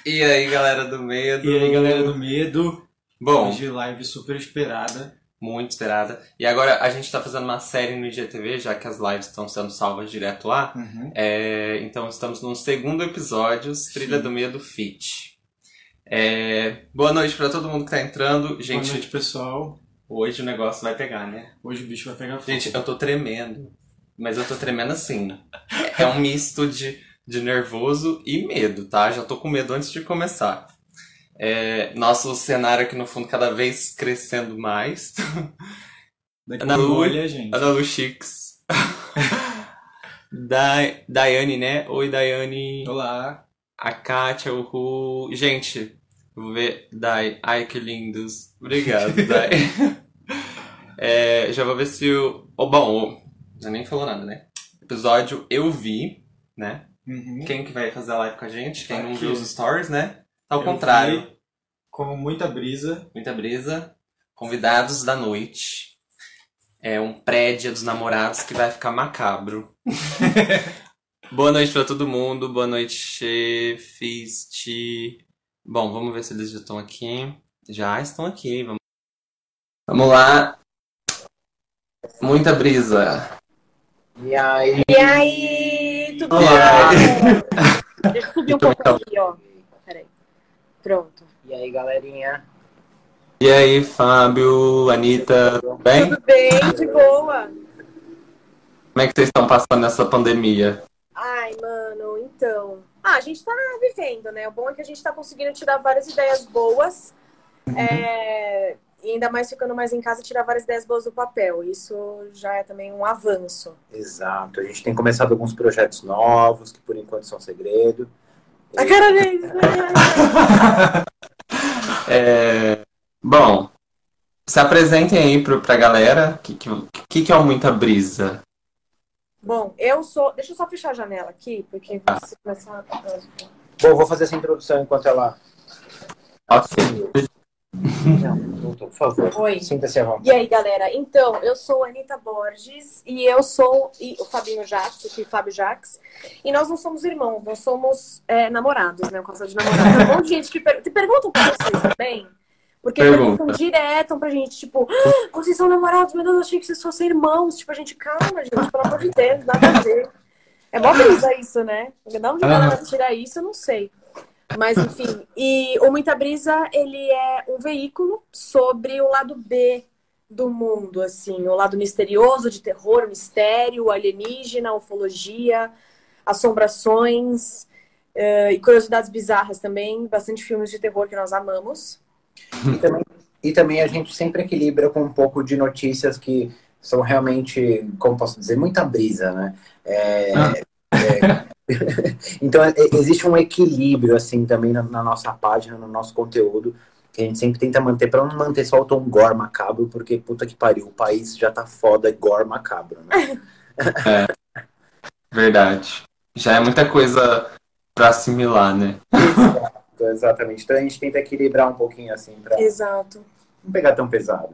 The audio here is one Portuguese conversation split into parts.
E aí, galera do medo? E aí, galera do medo? Bom, hoje live super esperada. Muito esperada. E agora a gente tá fazendo uma série no IGTV, já que as lives estão sendo salvas direto lá. Então estamos no segundo episódio, Trilha do Medo Fit. Boa noite pra todo mundo que tá entrando. Gente, boa noite, pessoal. Hoje o negócio vai pegar, né? Hoje o bicho vai pegar fogo. Gente, eu tô tremendo. Mas eu tô tremendo assim. É um misto de nervoso e medo, tá? Já tô com medo antes de começar. Nosso cenário aqui no fundo cada vez crescendo mais. Ana Lu, olha, gente. Ana Lu Chix. Daiane, né? Oi, Daiane. Olá. A Kátia, o gente, vou ver. Dai. Ai, que lindos. Obrigado, Dai. Já vou ver se o... Bom, já nem falou nada, né? Episódio eu vi, né? Quem que vai fazer a live com a gente? Quem não viu os stories, né? Ao contrário. Com muita brisa. Muita brisa. Convidados da noite. É um pré-dia dos namorados que vai ficar macabro. Boa noite pra todo mundo. Boa noite, Fist. Bom, vamos ver se eles já estão aqui. Já estão aqui. Vamos lá. Muita brisa. E aí? E aí? Tudo bom? Deixa eu subir um pouco aqui, ó. Peraí. Pronto. E aí, galerinha? E aí, Fábio, Anitta, tudo bem? Tudo bem, de boa. Como é que vocês estão passando essa pandemia? Ai, mano, então... a gente tá vivendo, né? O bom é que a gente tá conseguindo tirar várias ideias boas. E ainda mais ficando mais em casa, tirar várias ideias boas do papel. Isso já é também um avanço. Exato. A gente tem começado alguns projetos novos, que por enquanto são segredo. A cara deles, Bom, se apresentem aí pra galera. O que é o Muita Brisa? Bom, eu sou... Deixa eu só fechar a janela aqui, porque se começar... Bom, vou fazer essa introdução enquanto ela... Ok. Não, voltou, por favor. Oi. Sinta-se à vontade. E aí, galera? Então, eu sou a Anitta Borges e eu sou o Fabinho Jax, aqui, Fábio Jax. E nós não somos irmãos, nós somos namorados, né? Um casal de namorados. Um monte de gente que perguntam pra vocês também. Porque perguntam direto pra gente, tipo, vocês são namorados? Meu Deus, eu achei que vocês fossem irmãos. Tipo, a gente, calma, gente, pelo amor de Deus, nada a ver. É mó brisa isso, né? De onde a galera tirar isso, eu não sei. Mas, enfim, e o Muita Brisa, ele é um veículo sobre o lado B do mundo, assim, o lado misterioso, de terror, mistério, alienígena, ufologia, assombrações e curiosidades bizarras também, bastante filmes de terror que nós amamos. E também a gente sempre equilibra com um pouco de notícias que são realmente, como posso dizer, muita brisa, né? Então existe um equilíbrio assim também na nossa página, no nosso conteúdo, que a gente sempre tenta manter, para não manter só o tom gore macabro, porque puta que pariu, o país já tá foda gore macabro, né? Verdade. Já é muita coisa pra assimilar, né? Exatamente. Então a gente tenta equilibrar um pouquinho assim pra não pegar tão pesado.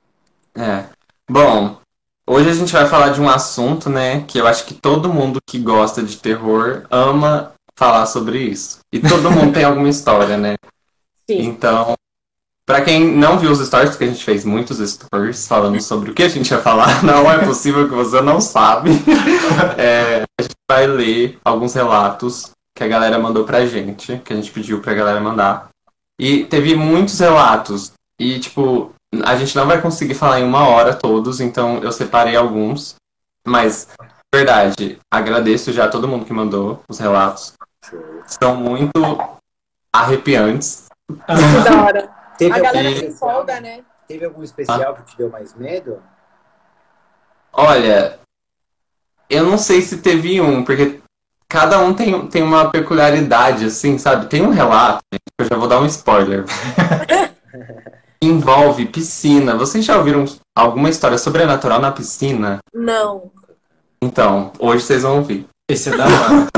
Bom, hoje a gente vai falar de um assunto, né, que eu acho que todo mundo que gosta de terror ama falar sobre isso. E todo mundo tem alguma história, né? Sim. Então, pra quem não viu os stories, porque a gente fez muitos stories falando sobre o que a gente ia falar, não é possível que você não sabe. A gente vai ler alguns relatos que a galera mandou pra gente, que a gente pediu pra galera mandar. E teve muitos relatos. E, tipo, a gente não vai conseguir falar em uma hora todos, então eu separei alguns. Mas, verdade, agradeço já a todo mundo que mandou os relatos. São muito arrepiantes. Muito da hora. A galera algum... se folga, né? Teve algum especial que te deu mais medo? Olha, eu não sei se teve um, porque cada um tem uma peculiaridade, assim, sabe? Tem um relato, gente, eu já vou dar um spoiler. Envolve piscina. Vocês já ouviram alguma história sobrenatural na piscina? Não. Então, hoje vocês vão ouvir. Esse é da hora.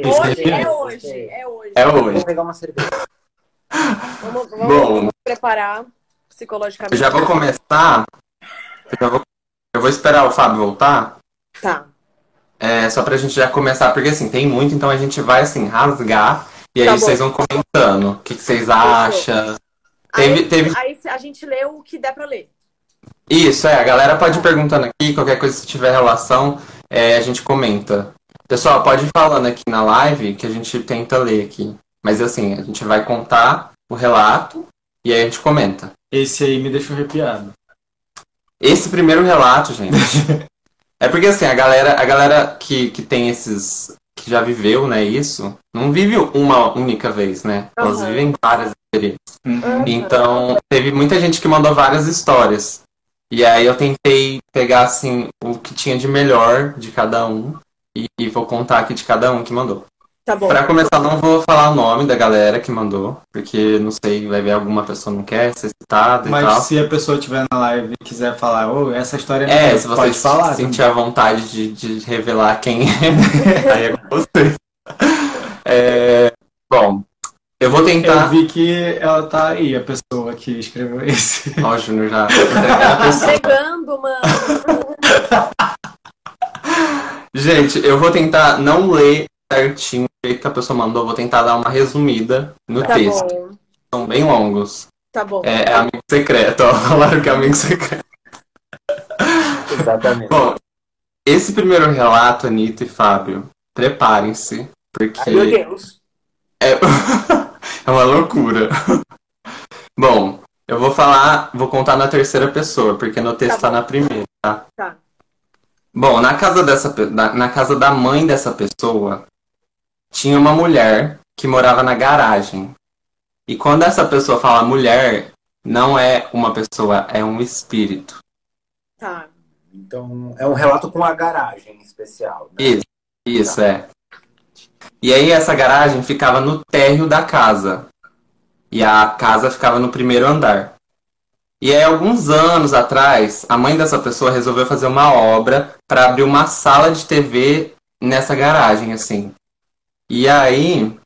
É hoje. Vou pegar uma cerveja. Vamos preparar psicologicamente. Eu já vou começar. Eu vou esperar o Fábio voltar. Tá. Só pra gente já começar, porque assim, tem muito, então a gente vai assim, rasgar E aí Tá bom. vocês vão comentando o que vocês acham. Aí a gente lê o que der pra ler. Isso, a galera pode ir perguntando aqui, qualquer coisa se tiver relação, a gente comenta. Pessoal, pode ir falando aqui na live que a gente tenta ler aqui. Mas assim, a gente vai contar o relato e aí a gente comenta. Esse aí me deixou arrepiado. Esse primeiro relato, gente, é porque assim, a galera que tem esses, que já viveu, né, isso, não vive uma única vez, né? Elas vivem várias experiências. Então, teve muita gente que mandou várias histórias. E aí eu tentei pegar, assim, o que tinha de melhor de cada um e vou contar aqui de cada um que mandou. Tá bom. Pra começar, não vou falar o nome da galera que mandou, porque, não sei, vai ver alguma pessoa não quer ser citada e tal. Mas se a pessoa estiver na live e quiser falar, essa história se você pode falar. sentir a vontade de revelar quem é, aí é com você. Bom, eu vou tentar... Eu vi que ela tá aí, a pessoa que escreveu esse. Ó, o Júnior já... Chegando, mano. Gente, eu vou tentar não ler certinho o jeito que a pessoa mandou, vou tentar dar uma resumida no texto. Bom. São bem longos. Tá bom. É amigo secreto, ó. Falaram que é amigo secreto. Exatamente. Bom, esse primeiro relato, Anitta e Fábio, preparem-se, porque... Ai, meu Deus. É uma loucura. Bom, eu vou contar na terceira pessoa, porque no texto tá na primeira, tá? Tá. Bom, na casa da mãe dessa pessoa, tinha uma mulher que morava na garagem. E quando essa pessoa fala mulher, não é uma pessoa, é um espírito. Tá. Então, é um relato com a garagem especial, né? Isso, é. E aí essa garagem ficava no térreo da casa. E a casa ficava no primeiro andar. E aí, alguns anos atrás, a mãe dessa pessoa resolveu fazer uma obra para abrir uma sala de TV nessa garagem, assim. E aí,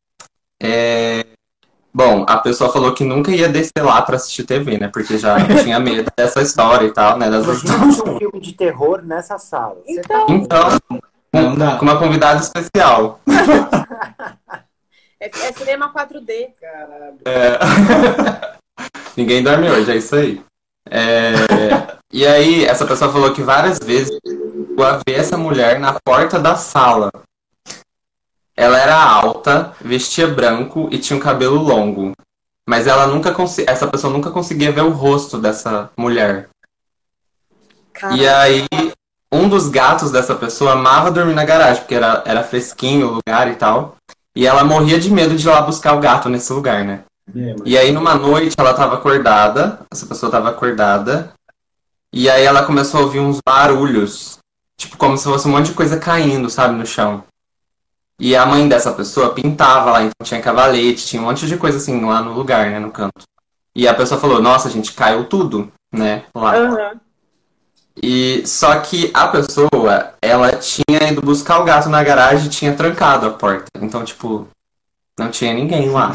bom, a pessoa falou que nunca ia descer lá para assistir TV, né? Porque já tinha medo dessa história e tal, né? Das Imagina um filme de terror nessa sala. Então, com uma convidada especial. É cinema 4D. Caralho. Ninguém dorme hoje, é isso aí. E aí, essa pessoa falou que várias vezes chegou a ver essa mulher na porta da sala. Ela era alta, vestia branco e tinha um cabelo longo. Mas essa pessoa nunca conseguia ver o rosto dessa mulher. Caralho. E aí, um dos gatos dessa pessoa amava dormir na garagem, porque era fresquinho o lugar e tal. E ela morria de medo de ir lá buscar o gato nesse lugar, né? E aí, numa noite, ela tava acordada, essa pessoa tava acordada, e aí ela começou a ouvir uns barulhos, tipo, como se fosse um monte de coisa caindo, sabe, no chão. E a mãe dessa pessoa pintava lá, então tinha cavalete, tinha um monte de coisa assim lá no lugar, né, no canto. E a pessoa falou, nossa, gente, caiu tudo, né, lá. Uhum. E só que a pessoa, ela tinha ido buscar o gato na garagem e tinha trancado a porta. Então, tipo, não tinha ninguém lá.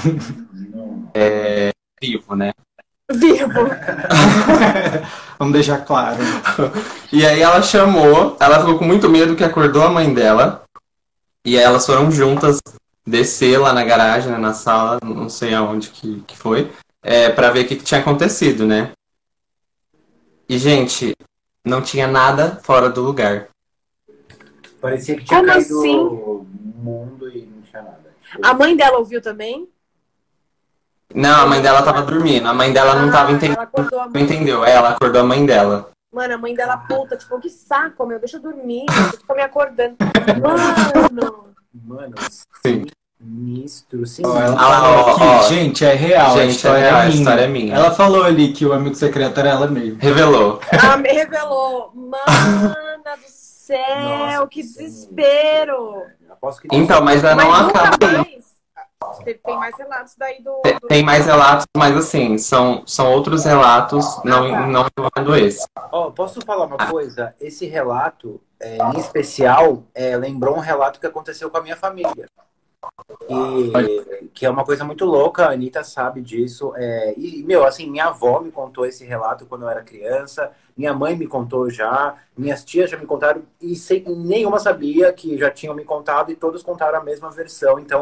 Vivo, né? Vivo. Vamos deixar claro. E aí ela ficou com muito medo que acordou a mãe dela. E aí elas foram juntas descer lá na garagem, né, na sala, não sei aonde que foi, pra ver o que tinha acontecido, né? E, gente, não tinha nada fora do lugar. Parecia que tinha Como caído assim? o mundo e não tinha nada. A mãe dela ouviu também? Não, a mãe dela tava dormindo. A mãe dela não tava entendendo. Ela acordou a Não mãe. entendeu. Ela acordou a mãe dela. Mano, a mãe dela puta, tipo, que saco, meu, deixa eu dormir, você fica me acordando. Mano. Mano, Sim. sinistro, sim. Ela Ah, falou ó, aqui, gente, é real, Gente, a história é real, é a minha. história é minha. Ela falou ali que o amigo secreto era ela mesmo. Revelou. Ela me revelou. Mana do céu, Nossa, que Senhor. desespero. Aposto que Então, mas ela não Mas nunca acaba aí. mais. Tem mais relatos daí do... Tem mais relatos, mas assim, são outros relatos, não envolvendo esse. Ó, posso falar uma coisa? Esse relato, em especial, lembrou um relato que aconteceu com a minha família. Que é uma coisa muito louca, a Anitta sabe disso. Assim, minha avó me contou esse relato quando eu era criança, minha mãe me contou já, minhas tias já me contaram, e nenhuma sabia que já tinham me contado, e todos contaram a mesma versão. Então,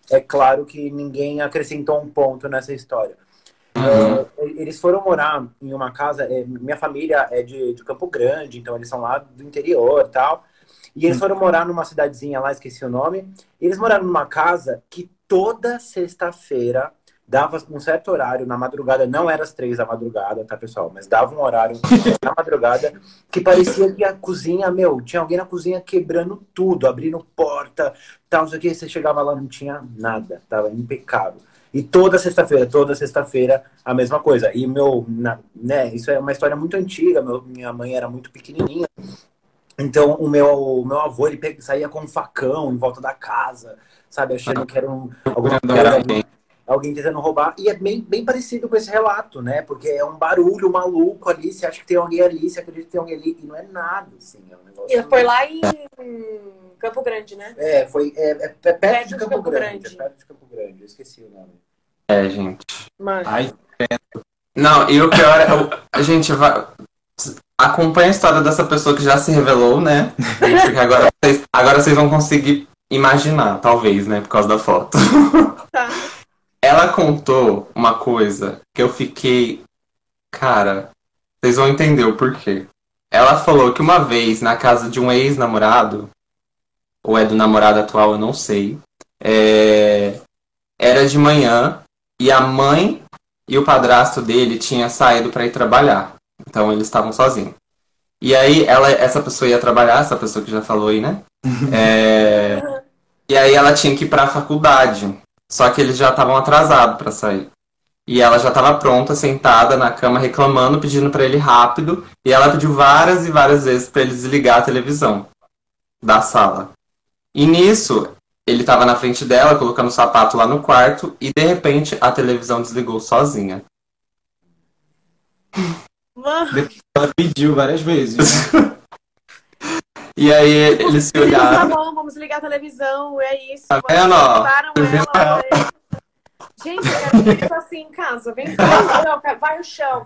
é claro que ninguém acrescentou um ponto nessa história. Eles foram morar em uma casa. Minha família é de Campo Grande, então eles são lá do interior e tal. E eles foram morar numa cidadezinha lá, esqueci o nome. E eles moraram numa casa que toda sexta-feira dava um certo horário na madrugada. Não era às 3 da madrugada, tá, pessoal? Mas dava um horário na madrugada que parecia que a cozinha, tinha alguém na cozinha quebrando tudo, abrindo porta, tal, não sei o que. Você chegava lá, não tinha nada, tava impecável. E toda sexta-feira, a mesma coisa. E isso é uma história muito antiga. Minha mãe era muito pequenininha. Então, o meu avô, ele saía com um facão em volta da casa, sabe? Achando que era alguma coisa, alguém tentando roubar. E é bem parecido com esse relato, né? Porque é um barulho maluco ali. Você acha que tem alguém ali, você acredita que tem alguém ali. E não é nada, assim. É um negócio... E foi lá em Campo Grande, né? É perto de Campo Grande. É perto de Campo Grande. Eu esqueci o nome. Gente. Mano. Ai, Não, e o pior é... A gente vai... Acompanha a história dessa pessoa que já se revelou, né? Porque agora vocês vão conseguir imaginar, talvez, né? Por causa da foto. Tá. Ela contou uma coisa que eu fiquei... Cara, vocês vão entender o porquê. Ela falou que uma vez, na casa de um ex-namorado, ou é do namorado atual, eu não sei, era de manhã e a mãe e o padrasto dele tinham saído para ir trabalhar. Então eles estavam sozinhos. E aí essa pessoa ia trabalhar, essa pessoa que já falou aí, né? E aí ela tinha que ir para a faculdade. Só que eles já estavam atrasados para sair. E ela já estava pronta, sentada na cama, reclamando, pedindo para ele rápido. E ela pediu várias e várias vezes para ele desligar a televisão da sala. E nisso, ele estava na frente dela, colocando o sapato lá no quarto. E de repente, a televisão desligou sozinha. ela pediu várias vezes. E aí eles se olharam. Tá bom, vamos ligar a televisão, é isso. Tá vendo, ó? Gente, eu quero ver isso assim em casa. Vem cá, vai no chão.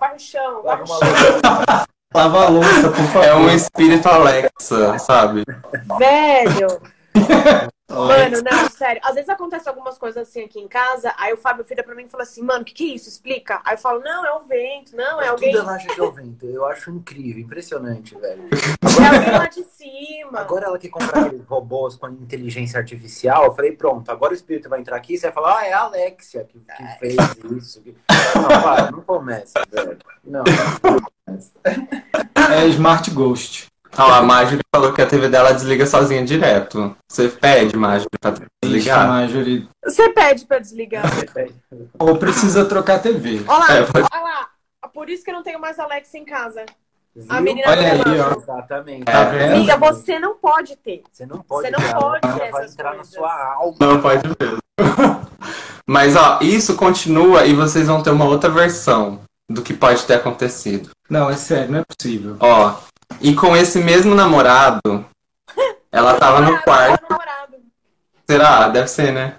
Lava a louça, por favor. É um espírito Alexa, sabe? Velho. Mano, não, sério. Às vezes acontece algumas coisas assim aqui em casa, aí o Fábio vira pra mim e fala assim, mano, o que é isso? Explica. Aí eu falo, não, é o vento, não, é alguém... Tudo ela acha que é o vento. Eu acho incrível, impressionante, velho. É alguém lá de cima. Agora ela quer comprar aqueles robôs com inteligência artificial, eu falei, pronto, agora o espírito vai entrar aqui e você vai falar, é a Alexia que fez isso. Não, para, não começa, velho. Não começa. É Smart Ghost. A Marjorie falou que a TV dela desliga sozinha direto. Você pede, Marjorie, pra desligar? Marjorie. Você pede pra desligar. Ou precisa trocar a TV. Olha lá. Por isso que eu não tenho mais Alexa em casa. Viu? A menina Olha aí, ó. Exatamente. Tá vendo? Amiga, você não pode ter. Você não pode ter ela vai essas entrar coisas. na sua alma. Não pode mesmo. Mas, ó, isso continua e vocês vão ter uma outra versão do que pode ter acontecido. Não, é sério, não é possível. Ó, e com esse mesmo namorado, ela tava no quarto. Será? Deve ser, né?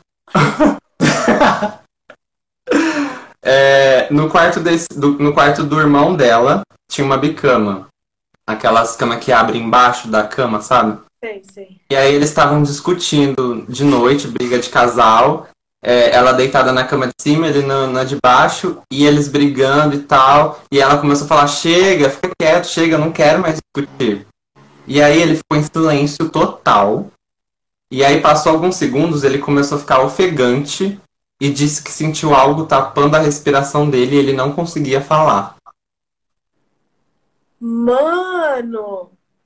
No quarto do irmão dela, tinha uma bicama. Aquelas camas que abrem embaixo da cama, sabe? Sei. E aí eles estavam discutindo de noite, briga de casal. Ela deitada na cama de cima, ele na de baixo, e eles brigando e tal. E ela começou a falar, chega, fica quieto, chega, eu não quero mais discutir. E aí ele ficou em silêncio total. E aí passou alguns segundos, ele começou a ficar ofegante e disse que sentiu algo tapando a respiração dele e ele não conseguia falar. Mano!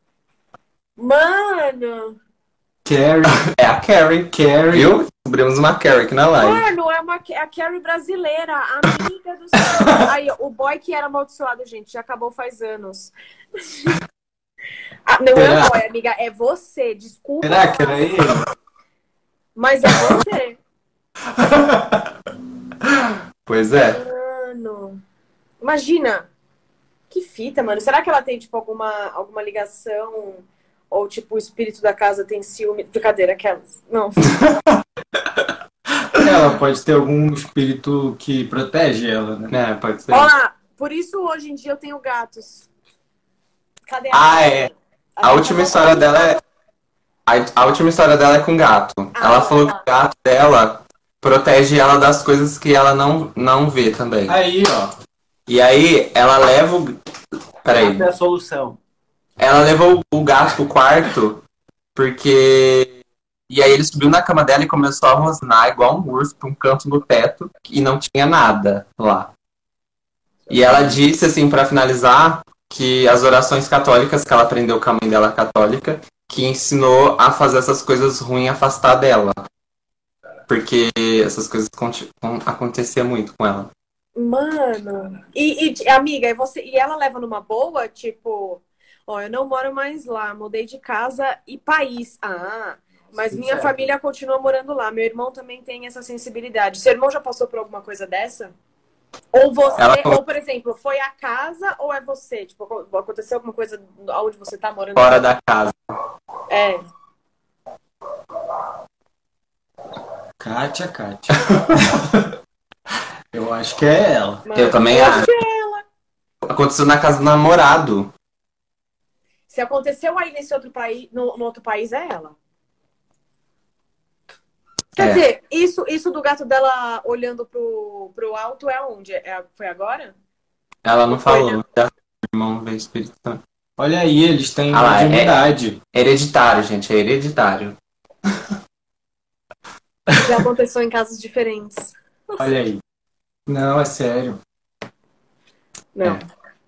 Carrie. É a Carrie. Viu? Descobrimos uma Carrie aqui na live. Mano, é a Carrie brasileira, amiga do céu. Aí, o boy que era amaldiçoado, gente, já acabou faz anos. Não é o boy, amiga, é você, desculpa. Será que era ele? Mas é você. Pois é. Mano. Imagina. Que fita, mano. Será que ela tem, tipo, alguma ligação? Ou, tipo, o espírito da casa tem ciúme? Brincadeira, aquelas. Não. Ela pode ter algum espírito que protege ela, né? Pode ser. Olha, por isso hoje em dia eu tenho gatos. Cadê a A última história dela é... A última história dela é com gato. Ela falou que o gato dela protege ela das coisas que ela não vê também. Aí, ó. E aí, ela leva o... Peraí. Essa é a solução. Ela levou o gato pro quarto, porque... E aí ele subiu na cama dela e começou a rosnar igual um urso pra um canto do teto, e não tinha nada lá. E ela disse, assim, pra finalizar, que as orações católicas que ela aprendeu com a mãe dela católica, que ensinou a fazer essas coisas ruins, afastar dela. Porque essas coisas aconteciam muito com ela. Mano. Amiga, e ela leva numa boa, tipo, ó, eu não moro mais lá, mudei de casa e país. Ah, mas Sim, minha certo. família continua morando lá. Meu irmão também tem essa sensibilidade. Seu irmão já passou por alguma coisa dessa? Ou você, ou por exemplo, foi a casa ou é você? Tipo, aconteceu alguma coisa onde você tá morando? Fora da casa. É. Kátia. Eu acho que é ela. Mano, Eu também eu acho. Aconteceu na casa do namorado. Se aconteceu aí nesse outro país, no outro país, é ela. Quer dizer, isso do gato dela olhando pro alto é onde? Foi agora? Ela não Foi, falou. né? O irmão veio Espírito Santo. Olha aí, eles têm Ah lá, mediunidade. É hereditário, gente. É hereditário. Já aconteceu em casos diferentes. Olha aí. Não, é sério. Não.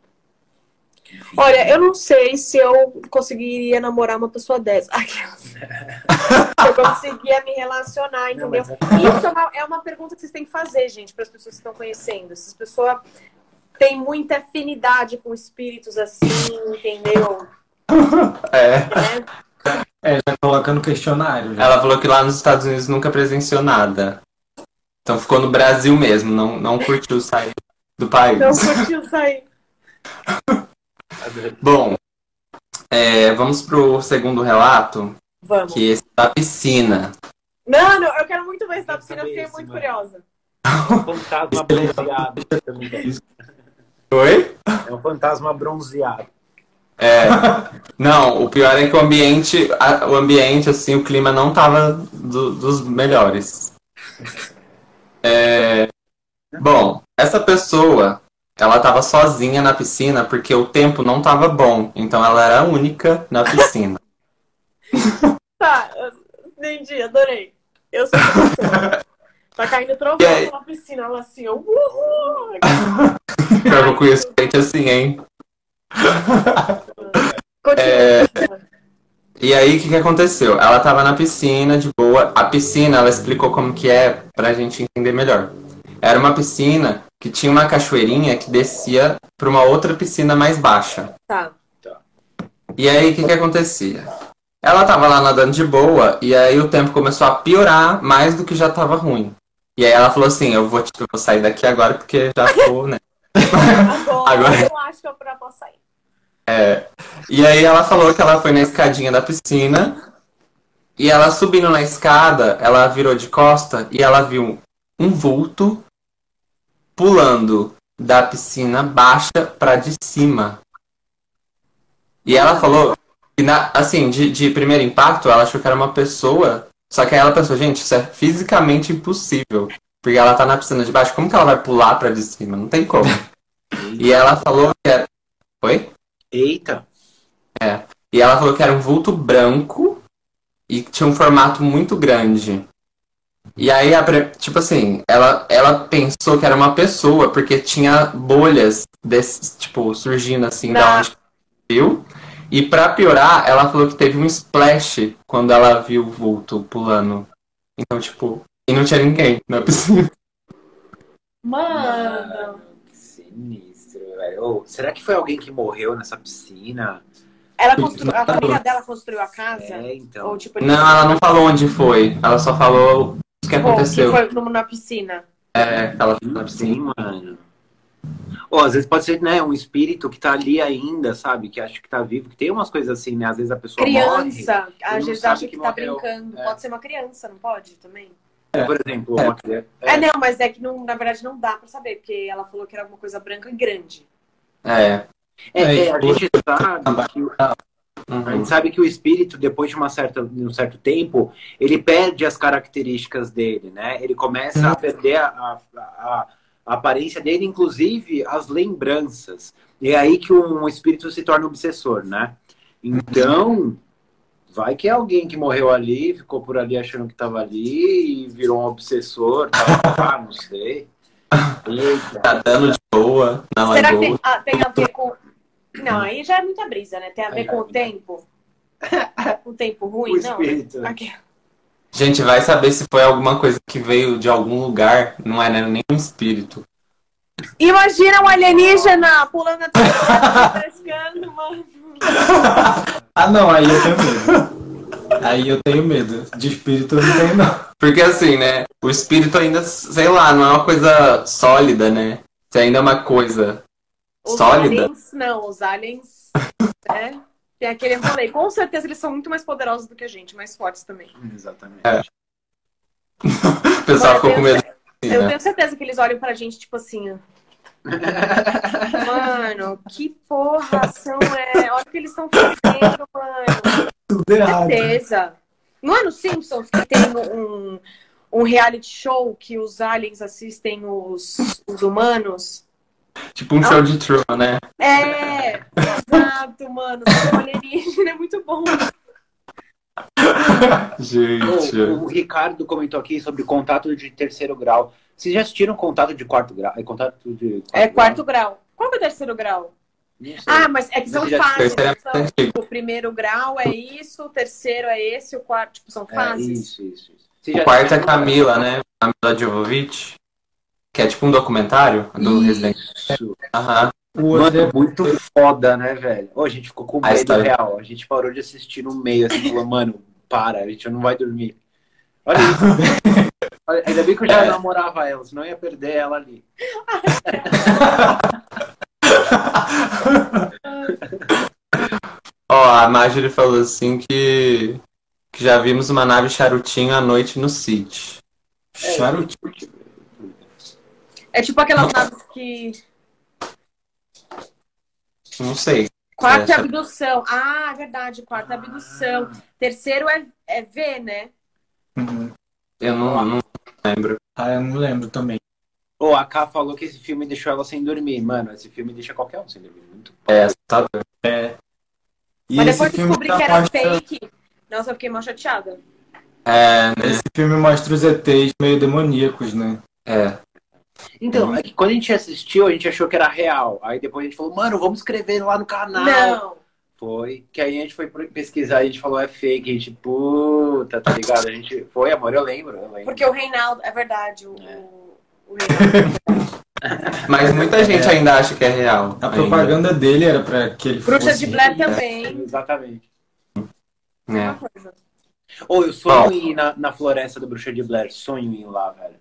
Olha, eu não sei se eu conseguiria namorar uma pessoa dessa. Se eu conseguia me relacionar, entendeu? Isso é uma pergunta que vocês têm que fazer, gente, para as pessoas que estão conhecendo. Se as pessoas têm muita afinidade com espíritos assim, entendeu? Já coloca no questionário. Já. Ela falou que lá nos Estados Unidos nunca presenciou nada. Então ficou no Brasil mesmo. Não curtiu sair do país. Não curtiu sair. Bom, vamos pro segundo relato, Vamos. que é esse da piscina. Não, eu quero muito ver esse da piscina, eu fiquei muito curiosa. É um fantasma bronzeado. Oi? É um fantasma bronzeado. Não, o pior é que o ambiente, assim, o clima não tava dos melhores. Bom, essa pessoa, ela tava sozinha na piscina porque o tempo não tava bom. Então ela era a única na piscina. Tá, entendi, adorei. Eu sou essa pessoa. Tá caindo trovão na piscina, ela assim, uhul! Eu conheço gente assim, hein? Continua. E aí, o que aconteceu? Ela tava na piscina, de boa. A piscina, ela explicou como que é pra gente entender melhor. Era uma piscina que tinha uma cachoeirinha que descia pra uma outra piscina mais baixa. Tá. E aí, o que acontecia? Ela tava lá nadando de boa, e aí o tempo começou a piorar mais do que já tava ruim. E aí ela falou assim, eu vou sair daqui agora porque já tô, né? Agora eu acho que eu posso sair. E aí ela falou que ela foi na escadinha da piscina, e ela subindo na escada, ela virou de costa e ela viu um vulto pulando da piscina baixa pra de cima. E ela falou que, assim, de primeiro impacto, ela achou que era uma pessoa, só que aí ela pensou, gente, isso é fisicamente impossível, porque ela tá na piscina de baixo, como que ela vai pular pra de cima? Não tem como. E ela falou que era... Oi? Eita! E ela falou que era um vulto branco e que tinha um formato muito grande. E aí, tipo assim, ela pensou que era uma pessoa, porque tinha bolhas desse, tipo, surgindo assim da onde viu. E pra piorar, ela falou que teve um splash quando ela viu o vulto pulando. Então, tipo, e não tinha ninguém na piscina. Mano. Que sinistro, velho. Será que foi alguém que morreu nessa piscina? A família dela construiu a casa? Então. Ou, tipo, Não, ela não falou onde foi. Ela só falou o que aconteceu. Que foi na piscina. Ela foi na piscina. Sim, mano. Ou às vezes pode ser, né, um espírito que tá ali ainda, sabe? Que acha que tá vivo. Que tem umas coisas assim, né? Às vezes a pessoa criança. morre. Às vezes acha que tá morreu. brincando. Pode ser uma criança, não pode também? Por exemplo, uma criança. Não, mas é que não, na verdade não dá pra saber, porque ela falou que era alguma coisa branca e grande. A gente sabe que A gente sabe que o espírito, depois de um certo tempo, ele perde as características dele, né? Ele começa a perder a aparência dele, inclusive as lembranças. E é aí que um espírito se torna obsessor, né? Então, vai que é alguém que morreu ali, ficou por ali achando que estava ali e virou um obsessor, não sei. Eita. Tá dando de boa na Será lagoa. que tem a ver com... Não, aí já é muita brisa, né? Tem a ver com o tempo? O tempo ruim? O Não. espírito. Aqui. Gente, vai saber se foi alguma coisa que veio de algum lugar, não é nem um espírito. Imagina um alienígena pulando a terra, pescando, mano. Ah, não, aí eu tenho medo. Aí eu tenho medo. De espírito eu não tenho, não. Porque assim, né, o espírito ainda, sei lá, não é uma coisa sólida, né? Se ainda é uma coisa sólida. Aliens, não, os aliens, né? Tem aquele rolê. Com certeza eles são muito mais poderosos do que a gente, mais fortes também. Exatamente. O pessoal ficou com medo. Assim, Eu né? tenho certeza que eles olham pra gente, tipo assim, ó. Mano, que porra são olha o que eles estão fazendo, mano. Tudo errado. Certeza. Não é no Simpsons que tem um reality show que os aliens assistem os humanos? Tipo um show de Truman, né? É, exato, mano. O alienígena é muito bom. Gente. O Ricardo comentou aqui sobre contato de terceiro grau. Vocês já assistiram contato de quarto grau? Quarto grau. Qual que é o terceiro grau? Ah, mas é que são fases. São, tipo, o primeiro grau é isso, o terceiro é esse, o quarto, tipo, são fases. Isso. O quarto é Camila, né? Camila Jovovich. Que é tipo um documentário do Resident Evil. Aham. Mano, é muito foda, né, velho? A gente ficou com medo história. real. A gente parou de assistir no meio, assim, falou, mano, para, a gente não vai dormir. Olha isso. Ainda bem que eu já namorava ela, senão eu ia perder ela ali. Ó, a Marjorie falou assim que já vimos uma nave charutinho à noite no City. Charutinho. É tipo aquelas naves que... Não sei. Quarto é abdução. Ah, verdade, quarto é abdução. Terceiro é V, né? Uhum. Eu não lembro. Ah, eu não lembro também. A Ká falou que esse filme deixou ela sem dormir. Mano, esse filme deixa qualquer um sem dormir. Muito Sabe? E Mas esse depois filme descobri que já era mostra- fake. Nossa, eu fiquei mal chateada. Esse filme mostra os ETs meio demoníacos, né? Então, é que quando a gente assistiu, a gente achou que era real. Aí depois a gente falou, mano, vamos escrever lá no canal. Não. Foi. Que aí a gente foi pesquisar e a gente falou, é fake. A gente, puta, tá ligado? A gente foi, amor, eu lembro. Porque o Reinaldo, é verdade, o Reinaldo. Mas muita gente ainda acha que é real. A propaganda dele era pra que ele Bruxa fosse... de Blair também. Exatamente. Uma É. coisa. Eu sonho em ir na floresta do Bruxa de Blair. Sonho em ir lá, velho.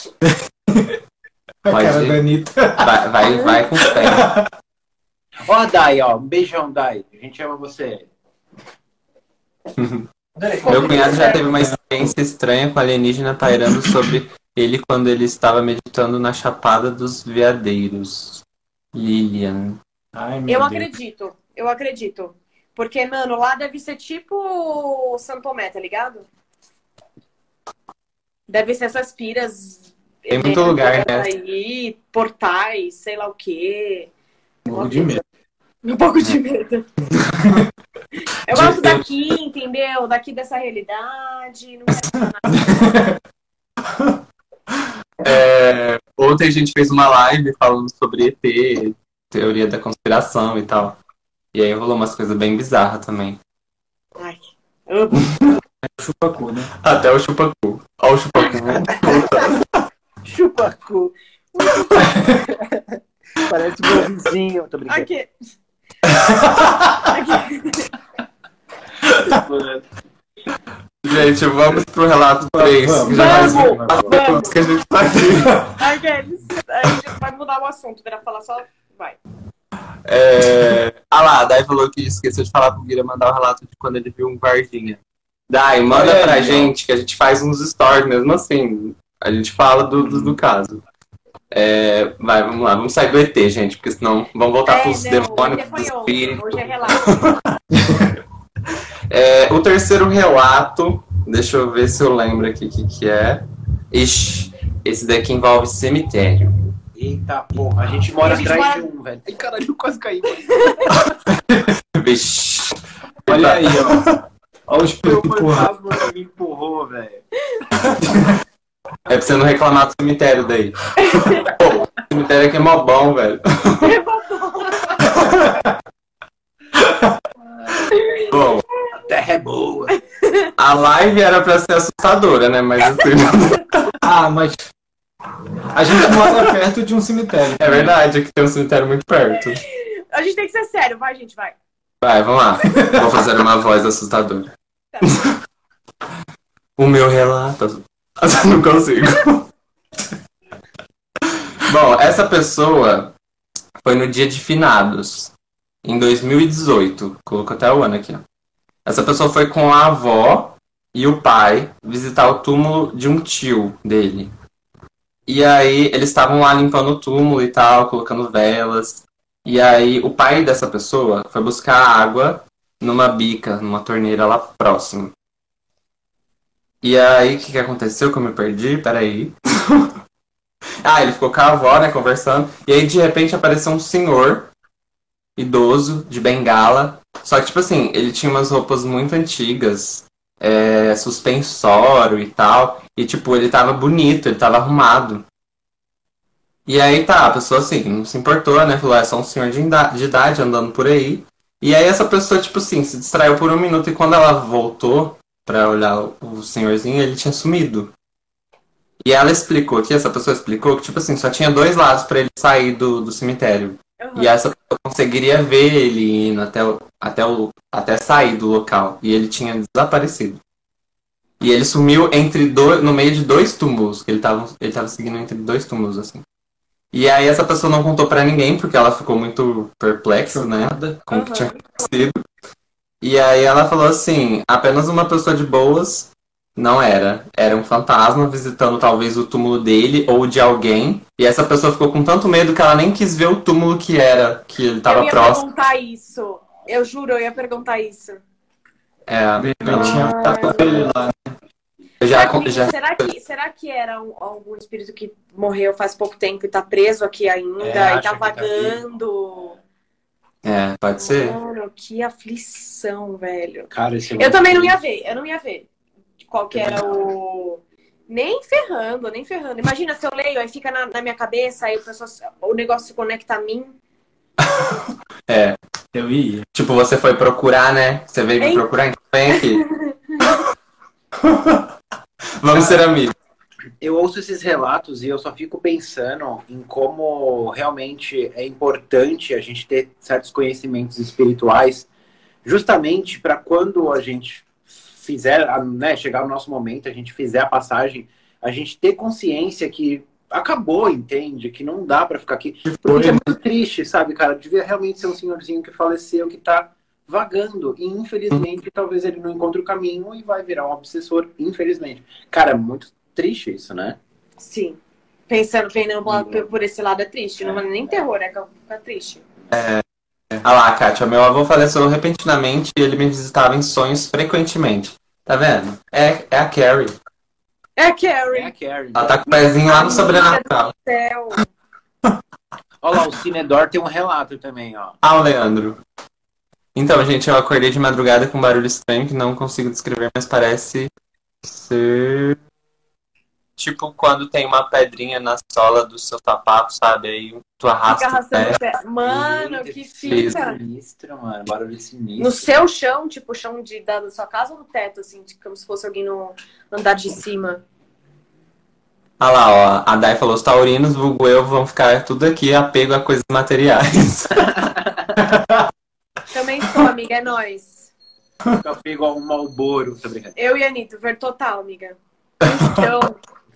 A Pode cara ir. da Anitta. Vai com fé. Ó a Dai, ó. Um beijão, Dai. A gente ama você. Meu cunhado já teve uma experiência estranha com alienígena pairando sobre ele quando ele estava meditando na Chapada dos Veadeiros. Lilian. Ai, meu Eu Deus. acredito. Porque, mano, lá deve ser tipo São Tomé, tá ligado? Deve ser essas piras. Tem muito lugar, né? Aí, portais, sei lá o quê. Morro de medo. Um pouco de medo. Eu gosto daqui, entendeu? Daqui dessa realidade. Não quero nada. Ontem a gente fez uma live falando sobre ET, teoria da conspiração e tal. E aí rolou umas coisas bem bizarras também. Ai. Chupacu, né? Até o chupacu. Ó o chupacu. Chupacu. Parece meu vizinho. Tô brincando. Aqui. Gente, vamos pro relato 3. Vamos. Já faz Vamos. minutos que a gente tá aqui. Aqueles. Aí a gente vai mudar o assunto. Era falar só. Vai. Lá, a Dai falou que esqueceu de falar pro Guilherme mandar o relato de quando ele viu um guardinha. Dai, manda Olha pra aí, gente que a gente faz uns stories mesmo assim. A gente fala do caso. Vai, vamos lá, vamos sair do ET, gente, porque senão vamos voltar pros demônios, ET pros foi ontem, espíritos. hoje é relato. O terceiro relato, deixa eu ver se eu lembro aqui o que é. Ixi, esse daqui envolve cemitério. Eita porra, a gente mora A gente atrás mora- de um, velho. Ai, caralho, eu quase caí. Mano. Vixe. Olha aí, ó. Olha o espírito Meu empurrado. fantasma me empurrou, velho. É pra você não reclamar do cemitério daí. Pô, o cemitério aqui é mó bom, velho. Bom, A terra é boa. a live era pra ser assustadora, né? Mas assim, Ah, mas a gente mora perto de um cemitério. é verdade, aqui tem um cemitério muito perto. A gente tem que ser sério, vai, gente, vai. Vai, vamos lá. Vou fazer uma voz assustadora. O meu relato. Não consigo. Bom, essa pessoa foi no dia de finados, em 2018. Colocou até o ano aqui, ó. Essa pessoa foi com a avó e o pai visitar o túmulo de um tio dele. E aí eles estavam lá limpando o túmulo e tal, colocando velas. E aí o pai dessa pessoa foi buscar água numa bica, numa torneira lá próximo. E aí o que aconteceu que eu me perdi? Peraí. Ele ficou com a avó, né, conversando. E aí de repente apareceu um senhor idoso, de bengala. Só que tipo assim, ele tinha umas roupas muito antigas, suspensório e tal. E tipo, ele tava bonito, ele tava arrumado. E aí tá, a pessoa assim, não se importou, né? Falou, é só um senhor de idade andando por aí. E aí essa pessoa, tipo assim, se distraiu por um minuto e quando ela voltou pra olhar o senhorzinho, ele tinha sumido. E ela explicou, que essa pessoa explicou que, tipo assim, só tinha 2 lados pra ele sair do cemitério. Uhum. E essa pessoa conseguiria ver ele indo até sair do local. E ele tinha desaparecido. E ele sumiu no meio de 2 túmulos, que ele tava seguindo entre 2 túmulos, assim. E aí essa pessoa não contou pra ninguém, porque ela ficou muito perplexa, né? Com o que tinha acontecido. E aí ela falou assim, apenas uma pessoa de boas não era. Era um fantasma visitando talvez o túmulo dele ou de alguém. E essa pessoa ficou com tanto medo que ela nem quis ver o túmulo que ele tava Eu ia próximo. perguntar isso. Eu juro, eu ia perguntar isso. Tinha ele lá. Será que era algum espírito que morreu faz pouco tempo e tá preso aqui ainda e acho tá que tá vagando? Pode ser. Mano, que aflição, velho. Cara, esse Eu também não ia ver, qual que era o... Nem ferrando. Imagina se eu leio, aí fica na minha cabeça, aí o negócio se conecta a mim. Eu ia. Tipo, você foi procurar, né? Você veio me procurar, então vem aqui. Vamos ser amigos. Eu ouço esses relatos e eu só fico pensando em como realmente é importante a gente ter certos conhecimentos espirituais, justamente para quando a gente fizer, né, chegar o nosso momento, a gente fizer a passagem, a gente ter consciência que acabou, entende? Que não dá para ficar aqui. Porque é muito triste, sabe, cara? Devia realmente ser um senhorzinho que faleceu, que tá vagando. E infelizmente, talvez ele não encontre o caminho e vai virar um obsessor, infelizmente. Cara, é muito triste isso, né? Sim. Vendo por esse lado é triste. Não é nem terror, é que fica triste. Olha lá, Kátia, meu avô faleceu repentinamente e ele me visitava em sonhos frequentemente. Tá vendo? É a Carrie. É a Carrie. É a Carrie. Ela tá com o pezinho lá no sobrenatural. Céu. Olha lá, o Cinedor tem um relato também, ó. O Leandro. Então, gente, eu acordei de madrugada com um barulho estranho que não consigo descrever, mas parece ser... Tipo quando tem uma pedrinha na sola do seu sapato, sabe? Aí tu arrasta Fica o pé. arrastando o pé. Mano, Eita, que fica fica. sinistro, mano. Barulho sinistro. No seu chão, tipo, o chão da sua casa ou no teto, assim, tipo, como se fosse alguém no andar de cima. Olha lá, ó. A Dai falou, os taurinos, vulgo eu, vão ficar tudo aqui apego a coisas materiais. Também sou, amiga, é nóis. Fica apego a um Malboro. Tô brincando. Eu e a Anitta, ver total, amiga. No chão.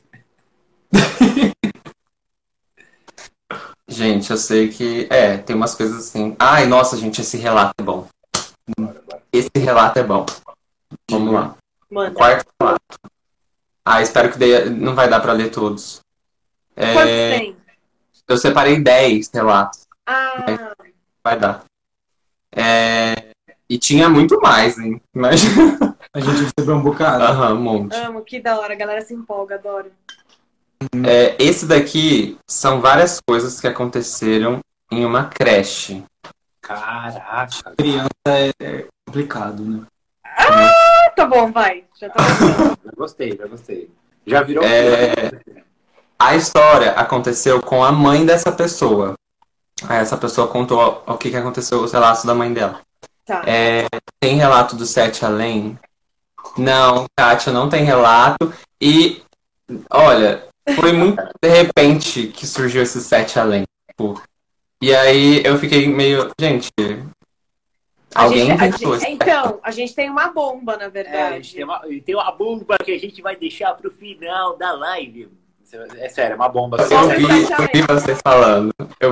Gente, eu sei que... tem umas coisas assim... Ai, nossa, gente, esse relato é bom. Esse relato é bom. Vamos lá. Manda. Quarto relato. Espero que não vai dar pra ler todos. Quantos tem? Eu separei 10 relatos. Ah, Vai dar. E tinha muito mais, hein? Imagina. A gente recebeu um bocado. Aham, um monte. Amo, que da hora, a galera se empolga, adoro. Esse daqui são várias coisas que aconteceram em uma creche. Caraca. Criança é complicado, né? Tá bom, vai. Já tô gostando. Já gostei. Já virou. A história aconteceu com a mãe dessa pessoa. Aí essa pessoa contou o que aconteceu, os relatos da mãe dela. Tá. Tem relato do Sete Além? Não, Kátia, não tem relato. E, olha, foi muito de repente que surgiu esse Sete Além. Tipo, e aí eu fiquei meio... Gente, alguém inventou isso. Então, a gente tem uma bomba, na A verdade. gente tem uma bomba que a gente vai deixar pro final da live. É sério, é uma bomba. Eu vi vocês falando.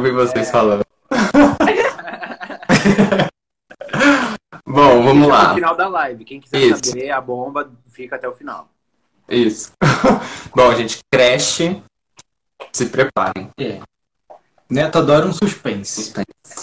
Bom, vamos lá. No final da live. Quem quiser saber a bomba, fica até o final. Isso. Bom, gente, creche. Se preparem. Neto adora um suspense.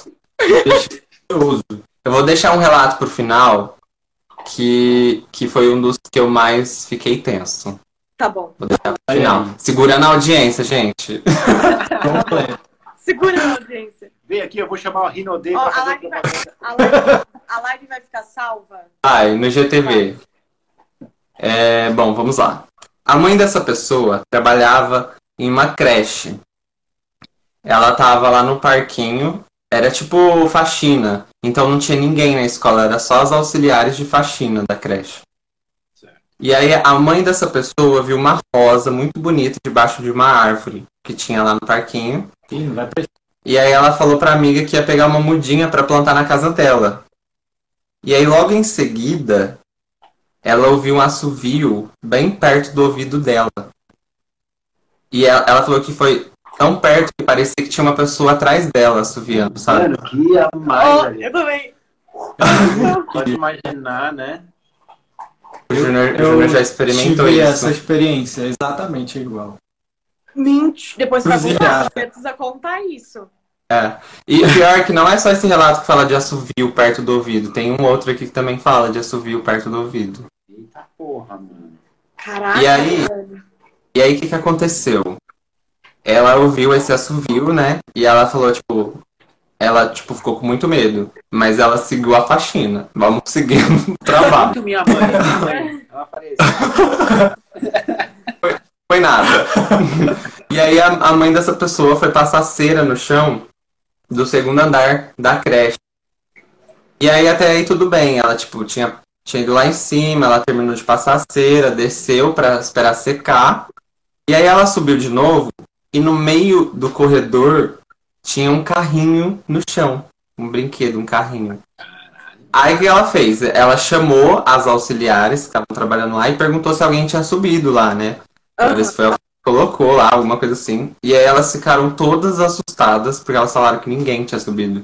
Eu vou deixar um relato pro final que foi um dos que eu mais fiquei tenso. Tá bom. Vou deixar pro final. Segurando a audiência, gente. Segura a audiência. Vem aqui, eu vou chamar o Rinodê Ó, pra fazer a live vai ficar salva? Ai, no GTV. Bom, vamos lá. A mãe dessa pessoa trabalhava em uma creche. Ela tava lá no parquinho. Era tipo faxina. Então não tinha ninguém na escola. Era só os auxiliares de faxina da creche. E aí a mãe dessa pessoa viu uma rosa muito bonita debaixo de uma árvore que tinha lá no parquinho. E aí ela falou pra amiga que ia pegar uma mudinha pra plantar na casa dela. E aí logo em seguida, ela ouviu um assovio bem perto do ouvido dela. E ela falou que foi tão perto que parecia que tinha uma pessoa atrás dela assoviando, sabe? Mano, que a mais. Eu também. Pode imaginar, né? O Júnior já experimentou tive isso. essa experiência, exatamente igual. Mentira. Depois pra Cruzilhada. você precisa contar isso. E pior que não é só esse relato que fala de assovio perto do ouvido. Tem um outro aqui que também fala de assovio perto do ouvido. Eita porra, mano. Caraca, E aí, mano. o que aconteceu? Ela ouviu esse assovio, né? E ela falou, ela ficou com muito medo. Mas ela seguiu a faxina. Vamos seguir o trabalho. Muito minha mãe. Ela apareceu. Foi nada. E aí a mãe dessa pessoa foi passar cera no chão do segundo andar da creche. E aí até aí tudo bem. Ela, tinha ido lá em cima, ela terminou de passar a cera, desceu pra esperar secar. E aí ela subiu de novo e no meio do corredor tinha um carrinho no chão. Um brinquedo, um carrinho. Aí o que ela fez? Ela chamou as auxiliares que estavam trabalhando lá e perguntou se alguém tinha subido lá, né? Pra ver se foi ela que colocou lá, alguma coisa assim. E aí elas ficaram todas assustadas porque elas falaram que ninguém tinha subido.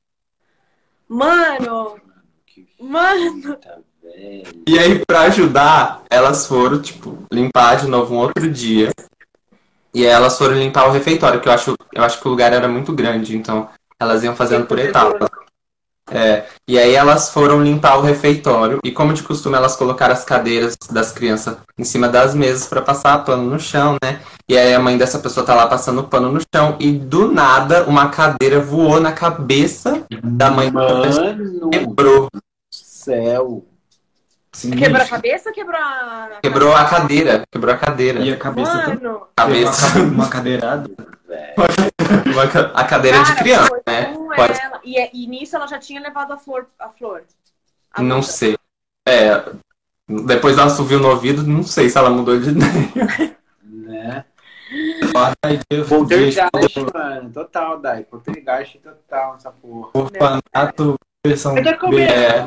Mano. E aí, pra ajudar, elas foram, limpar de novo um outro dia. E aí elas foram limpar o refeitório, que eu acho que o lugar era muito grande, então elas iam fazendo por etapas. E aí elas foram limpar o refeitório e, como de costume, elas colocaram as cadeiras das crianças em cima das mesas pra passar pano no chão, né? E aí a mãe dessa pessoa tá lá passando pano no chão e do nada uma cadeira voou na cabeça da mãe da pessoa e quebrou. Céu. Quebrou a cabeça ou quebrou a... Quebrou a cadeira. E a cabeça Mano. uma cadeirada. A cadeira de criança, né? Pode... E nisso ela já tinha levado a flor. Não sei. Depois ela subiu no ouvido, não sei se ela mudou de ideia. Né? Poltergeist, mano. Total, Dai. Poltergeist total nessa porra. Orfanato, versão Eu tô com medo.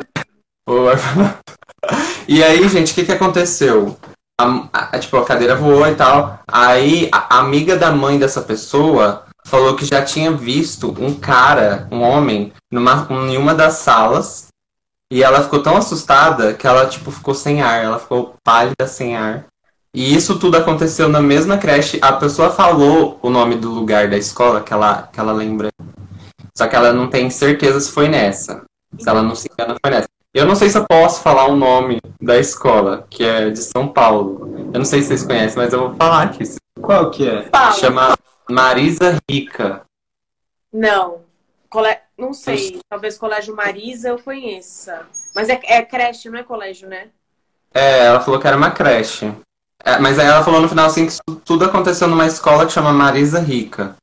E aí, gente, o que aconteceu? A cadeira voou e tal. Aí, a amiga da mãe dessa pessoa falou que já tinha visto um homem, em uma das salas. E ela ficou tão assustada que ela, ficou sem ar. Ela ficou pálida, sem ar. E isso tudo aconteceu na mesma creche. A pessoa falou o nome do lugar da escola que ela lembra. Só que ela não tem certeza se foi nessa. Se ela não se engana, foi nessa. Eu não sei se eu posso falar o nome da escola, que é de São Paulo. Eu não sei se vocês conhecem, mas eu vou falar aqui. Qual que é? Fala. Chama Marisa Rica. Não. Não sei. Talvez Colégio Marisa eu conheça. Mas é creche, não é colégio, né? Ela falou que era uma creche. Mas aí ela falou no final assim que tudo aconteceu numa escola que chama Marisa Rica.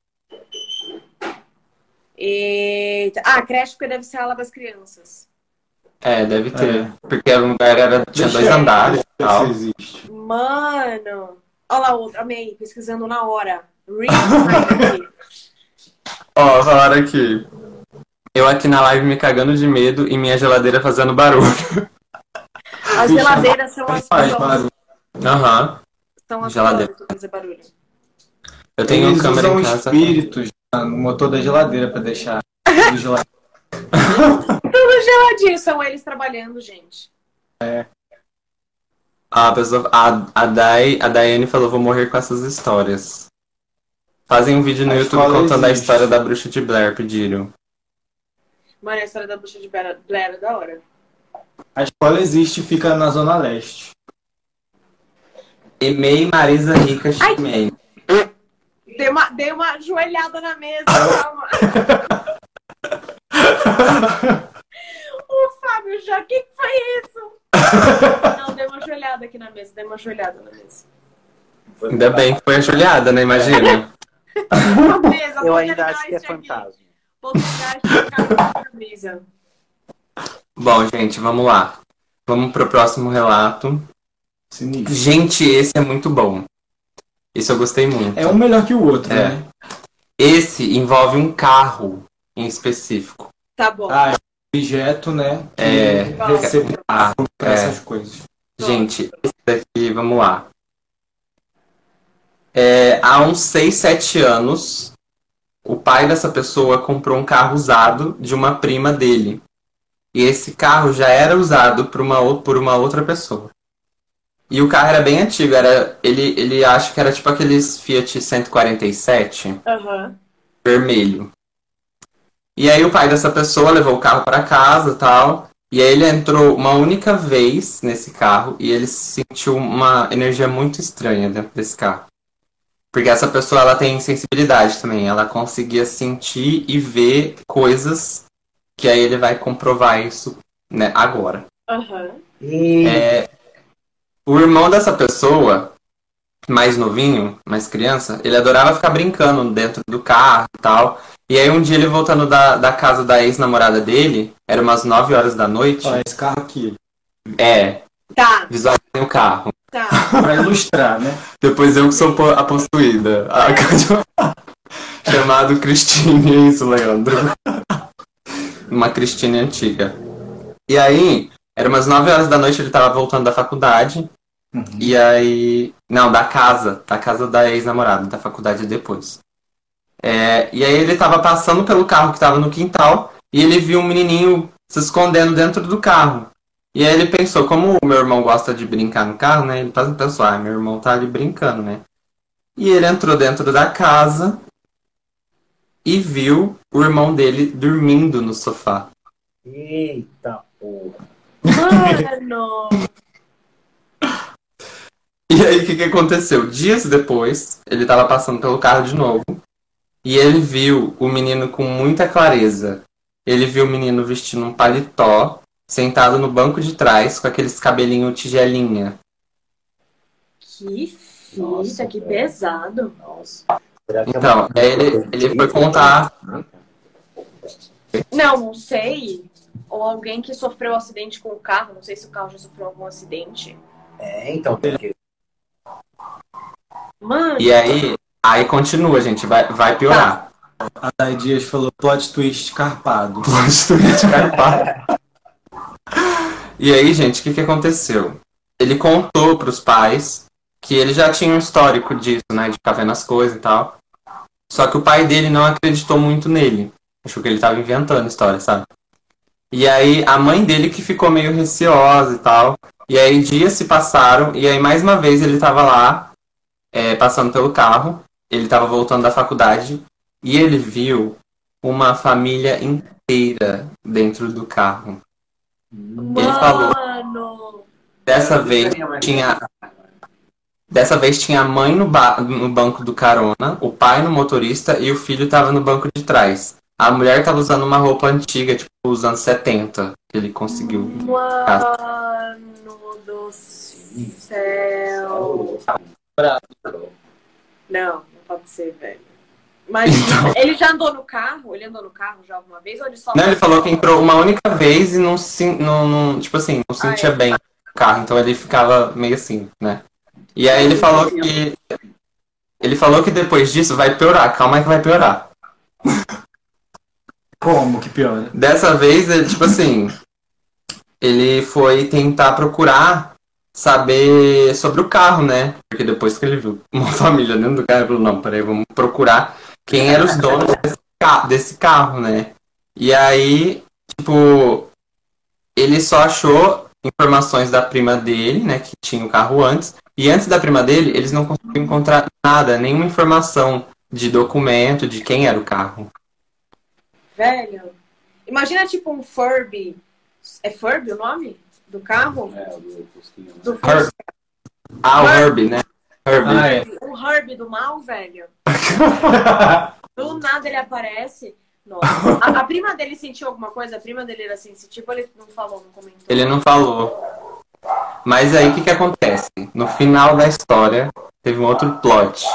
Creche porque deve ser a ala das crianças. Deve ter. Porque o lugar tinha 2 andares e tal. Existe. Mano. Olha lá outro. Amei. Pesquisando na hora. Real. Ó, falaram aqui. Eu aqui na live me cagando de medo e minha geladeira fazendo barulho. As geladeiras são as piores. Aham. São as Geladeira. piores pra fazer barulho. Eu tenho Eles câmera usam em casa. espíritos no motor da geladeira pra deixar tudo gelado. Tudo geladinho. São eles trabalhando, gente. A Daiane falou, vou morrer com essas histórias. Fazem um vídeo no A YouTube escola contando a existe. história da bruxa de Blair, pediram. Mano, a história da bruxa de Blair é da hora. A escola existe e fica na Zona Leste. Emei Marisa Rica Chimei. Dei uma joelhada na mesa, calma. O Fábio já, o que foi isso? Não, dei uma joelhada aqui na mesa, Ainda bem que foi ajoelhada, né? Imagina. Na mesa, Eu ainda acho poltergeist que é aqui. fantasma. Poltergeist na mesa. Bom, gente, vamos lá. Vamos pro próximo relato. Sinistro. Gente, esse é muito bom. Esse eu gostei muito. É um melhor que o outro, É. né? Esse envolve um carro em específico. Tá bom. Objeto, né? Que É. recebe Ah, pra é. essas coisas. Gente, esse daqui, vamos lá. Há uns 6, 7 anos, o pai dessa pessoa comprou um carro usado de uma prima dele. E esse carro já era usado por uma outra pessoa. E o carro era bem antigo, ele acha que era tipo aqueles Fiat 147 Aham. vermelho. E aí o pai dessa pessoa levou o carro para casa e tal. E aí ele entrou uma única vez nesse carro e ele sentiu uma energia muito estranha dentro desse carro. Porque essa pessoa, ela tem sensibilidade também. Ela conseguia sentir e ver coisas que aí ele vai comprovar isso, né, agora. Aham. O irmão dessa pessoa, mais novinho, mais criança, ele adorava ficar brincando dentro do carro e tal. E aí um dia ele voltando da casa da ex-namorada dele, era umas 9 horas da noite. Ó, esse carro aqui. Tá, Visualizem o carro. tá. Pra ilustrar, né? Depois eu que sou a possuída. Chamado Cristine, é isso, Leandro. Uma Cristine antiga. E aí, era umas 9 horas da noite, ele tava voltando da faculdade. Uhum. E aí... Não, da casa da ex-namorada, da faculdade depois. E aí ele tava passando pelo carro que tava no quintal e ele viu um menininho se escondendo dentro do carro. E aí ele pensou, como o meu irmão gosta de brincar no carro, né? Ele pensou, meu irmão tá ali brincando, né? E ele entrou dentro da casa e viu o irmão dele dormindo no sofá. Eita porra. Mano. E aí o que aconteceu? Dias depois, ele tava passando pelo carro de novo e ele viu o menino com muita clareza. Ele viu o menino vestindo um paletó, sentado no banco de trás, com aqueles cabelinhos tigelinha. Que fita, Nossa, que velho. pesado. Nossa. Será que Então, é ele foi contar. Não sei. Ou alguém que sofreu um acidente com o carro. Não sei se o carro já sofreu algum acidente. Então, porque Mano, E aí continua, gente, vai piorar. A Day Dias falou plot twist carpado. E aí, gente, o que aconteceu? Ele contou pros pais que ele já tinha um histórico disso, né? De ficar vendo as coisas e tal. Só que o pai dele não acreditou muito nele. Achou que ele tava inventando história, sabe? E aí a mãe dele que ficou meio receosa e tal. E aí dias se passaram e aí mais uma vez ele tava lá, passando pelo carro. Ele tava voltando da faculdade e ele viu uma família inteira dentro do carro. Ele falou, Mano! dessa vez tinha a mãe no banco do carona, o pai no motorista e o filho tava no banco de trás. A mulher tava usando uma roupa antiga, tipo, os anos 70, que ele conseguiu. Mano do céu! Não pode ser, velho. Mas ele já andou no carro? Ele andou no carro já alguma vez? Ou ele só... Não, ele falou que entrou uma única vez e não tipo assim, não sentia bem o carro, então ele ficava meio assim, né? E aí ele falou que depois disso vai piorar, calma aí que vai piorar. Como que piora? Dessa vez, ele, tipo assim, ele foi tentar procurar saber sobre o carro, né? Porque depois que ele viu uma família dentro do carro, ele falou, não, peraí, vamos procurar quem eram os donos desse carro, né? E aí, tipo, ele só achou informações da prima dele, né, que tinha o carro antes, e antes da prima dele, eles não conseguiram encontrar nada, nenhuma informação de documento de quem era o carro. Velho, imagina tipo um Furby. É Furby o nome do carro? É, do Fusquinha. Do Fusca. O Herbie, né? Herbie. Ah, é. O Herbie do mal, velho. Do nada ele aparece. Nossa. A prima dele sentiu alguma coisa? A prima dele era sensitiva ou ele não falou, não comentou? Ele não falou. Mas aí o que acontece? No final da história, teve um outro plot.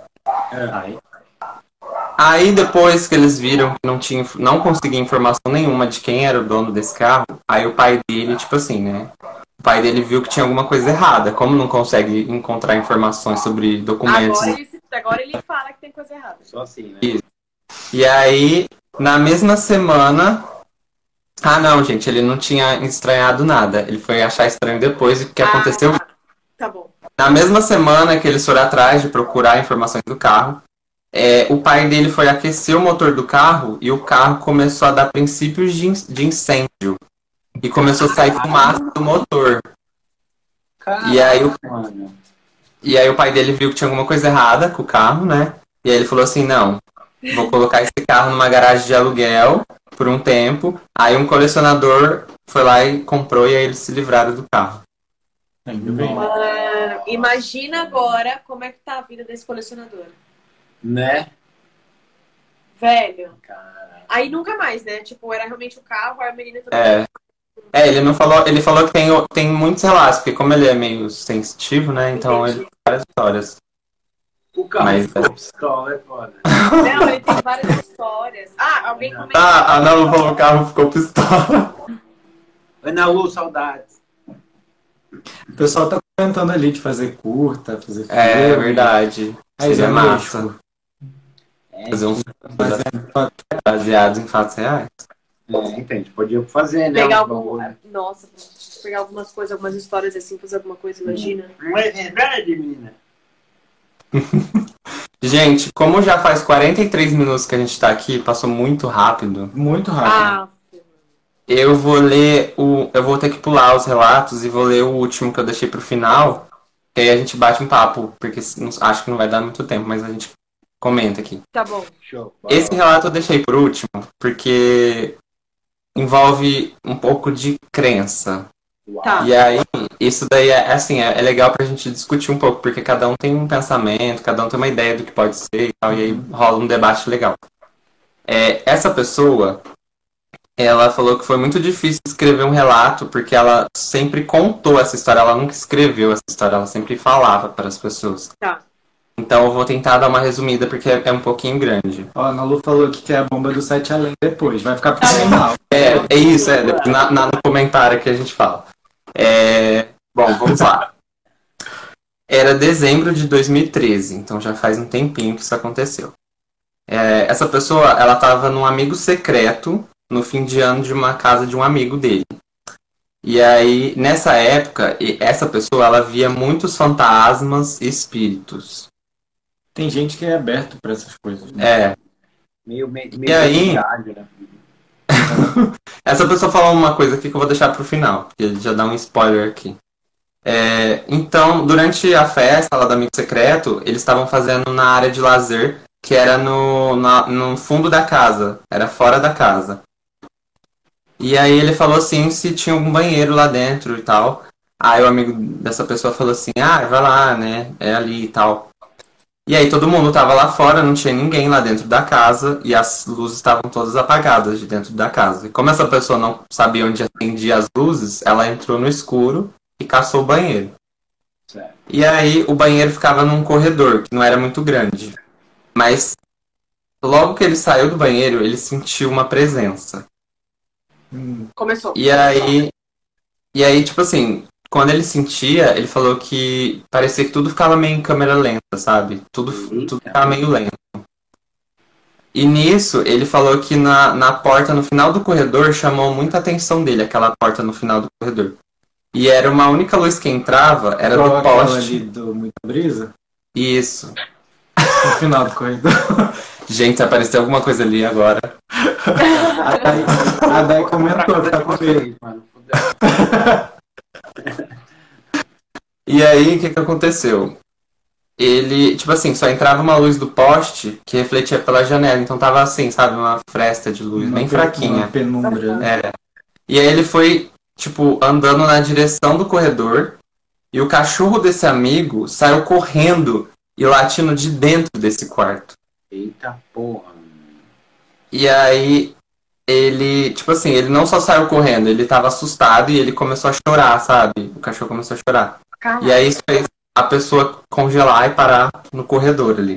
Aí depois que eles viram que não conseguia informação nenhuma de quem era o dono desse carro, aí o pai dele, tipo assim, né? O pai dele viu que tinha alguma coisa errada. Como não consegue encontrar informações sobre documentos... Agora ele fala que tem coisa errada. Só assim, né? Isso. E aí, na mesma semana... Ah, não, gente, ele não tinha estranhado nada. Ele foi achar estranho depois e o que aconteceu... Tá bom. Na mesma semana que eles foram atrás de procurar informações do carro, o pai dele foi aquecer o motor do carro e o carro começou a dar princípios de incêndio. E começou a sair fumaça do motor. Caramba, E aí o pai dele viu que tinha alguma coisa errada com o carro, né? E aí ele falou assim, não, vou colocar esse carro numa garagem de aluguel por um tempo. Aí um colecionador foi lá e comprou e aí eles se livraram do carro. Ainda bem. Mano, imagina agora como é que tá a vida desse colecionador. Né? Velho. Cara. Aí nunca mais, né? Tipo, era realmente o carro, aí a menina também. Ele não falou, ele falou que tem muitos relatos, porque como ele é meio sensitivo, né? Então ele tem várias histórias. O carro ficou pistola, é foda. Não, ele tem várias histórias. Ah, alguém comentou. A Ana Lu falou que o carro ficou pistola. Ana Lu, saudades. O pessoal tá comentando ali de fazer curta, fazer filme. É verdade. Aí Seria é massa. mesmo. Fazer um baseados em fatos reais. Então, a gente podia fazer, né? Pegar Nossa, pegar algumas coisas, algumas histórias assim, fazer alguma coisa, imagina. Não é verdade, menina? Gente, como já faz 43 minutos que a gente tá aqui, passou muito rápido. Muito rápido. Eu vou ler eu vou ter que pular os relatos e vou ler o último que eu deixei pro final. E aí a gente bate um papo, porque acho que não vai dar muito tempo, mas a gente comenta aqui. Tá bom. Show. Esse relato eu deixei por último, porque envolve um pouco de crença. Tá. E aí, isso daí é legal pra gente discutir um pouco, porque cada um tem um pensamento, cada um tem uma ideia do que pode ser e tal, e aí rola um debate legal. Essa pessoa, ela falou que foi muito difícil escrever um relato, porque ela sempre contou essa história, ela nunca escreveu essa história, ela sempre falava para as pessoas. Tá. Então eu vou tentar dar uma resumida, porque é um pouquinho grande. Ó, a Ana Lu falou que quer a bomba do 7 além depois, vai ficar pro final. É isso, depois no comentário que a gente fala. Bom, vamos lá. Era dezembro de 2013, então já faz um tempinho que isso aconteceu. Essa pessoa, ela estava num amigo secreto no fim de ano de uma casa de um amigo dele. E aí, nessa época, essa pessoa, ela via muitos fantasmas e espíritos. Tem gente que é aberto pra essas coisas. Né? Meio E aí, verdade, né? essa pessoa falou uma coisa aqui que eu vou deixar pro final, porque já dá um spoiler aqui. Então, durante a festa lá do Amigo Secreto, eles estavam fazendo na área de lazer, que era no fundo da casa, era fora da casa. E aí ele falou assim se tinha algum banheiro lá dentro e tal. Aí o amigo dessa pessoa falou assim, vai lá, né? É ali e tal. E aí todo mundo tava lá fora, não tinha ninguém lá dentro da casa e as luzes estavam todas apagadas de dentro da casa. E como essa pessoa não sabia onde acendia as luzes, ela entrou no escuro e caçou o banheiro. Certo. E aí o banheiro ficava num corredor, que não era muito grande. Mas logo que ele saiu do banheiro, ele sentiu uma presença. Começou. E aí, tipo assim, quando ele sentia, ele falou que parecia que tudo ficava meio em câmera lenta, sabe? Tudo ficava meio lento. E nisso, ele falou que na porta no final do corredor chamou muita atenção dele, aquela porta no final do corredor. E era uma única luz que entrava, era do poste. Ali do Muita Brisa? Isso. No final do corredor. Gente, apareceu alguma coisa ali agora. A Dai comentou, tá com medo. E aí, o que aconteceu? Ele, tipo assim, só entrava uma luz do poste que refletia pela janela. Então tava assim, sabe? Uma fresta de luz bem fraquinha. Uma penumbra, né? E aí ele foi, tipo, andando na direção do corredor. E o cachorro desse amigo saiu correndo e latindo de dentro desse quarto. Eita porra. E aí ele, tipo assim, ele não só saiu correndo, ele tava assustado e ele começou a chorar, sabe? O cachorro começou a chorar. Caramba. E aí isso fez a pessoa congelar e parar no corredor ali.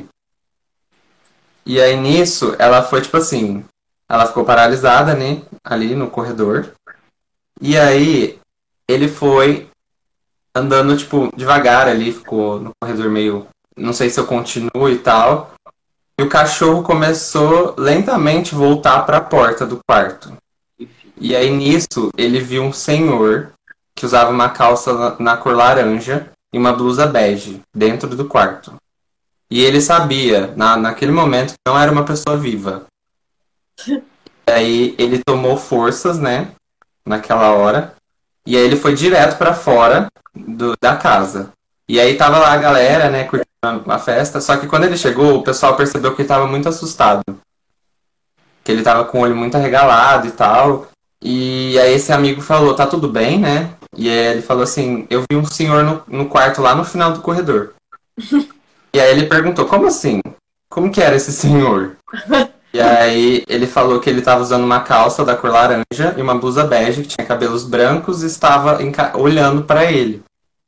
E aí nisso, ela foi tipo assim, ela ficou paralisada, né? Ali no corredor. E aí ele foi andando, tipo, devagar ali, ficou no corredor meio, não sei se eu continuo e tal. E o cachorro começou lentamente voltar para a porta do quarto. E aí nisso ele viu um senhor que usava uma calça na cor laranja e uma blusa bege dentro do quarto. E ele sabia, naquele momento, que não era uma pessoa viva. E aí ele tomou forças, né, naquela hora. E aí ele foi direto para fora da casa. E aí tava lá a galera, né, curtindo a festa. Só que quando ele chegou, o pessoal percebeu que ele tava muito assustado. Que ele tava com o olho muito arregalado e tal. E aí esse amigo falou, tá tudo bem, né? E aí ele falou assim, eu vi um senhor no quarto lá no final do corredor. E aí ele perguntou, como assim? Como que era esse senhor? E aí ele falou que ele tava usando uma calça da cor laranja e uma blusa bege, que tinha cabelos brancos e estava olhando pra ele.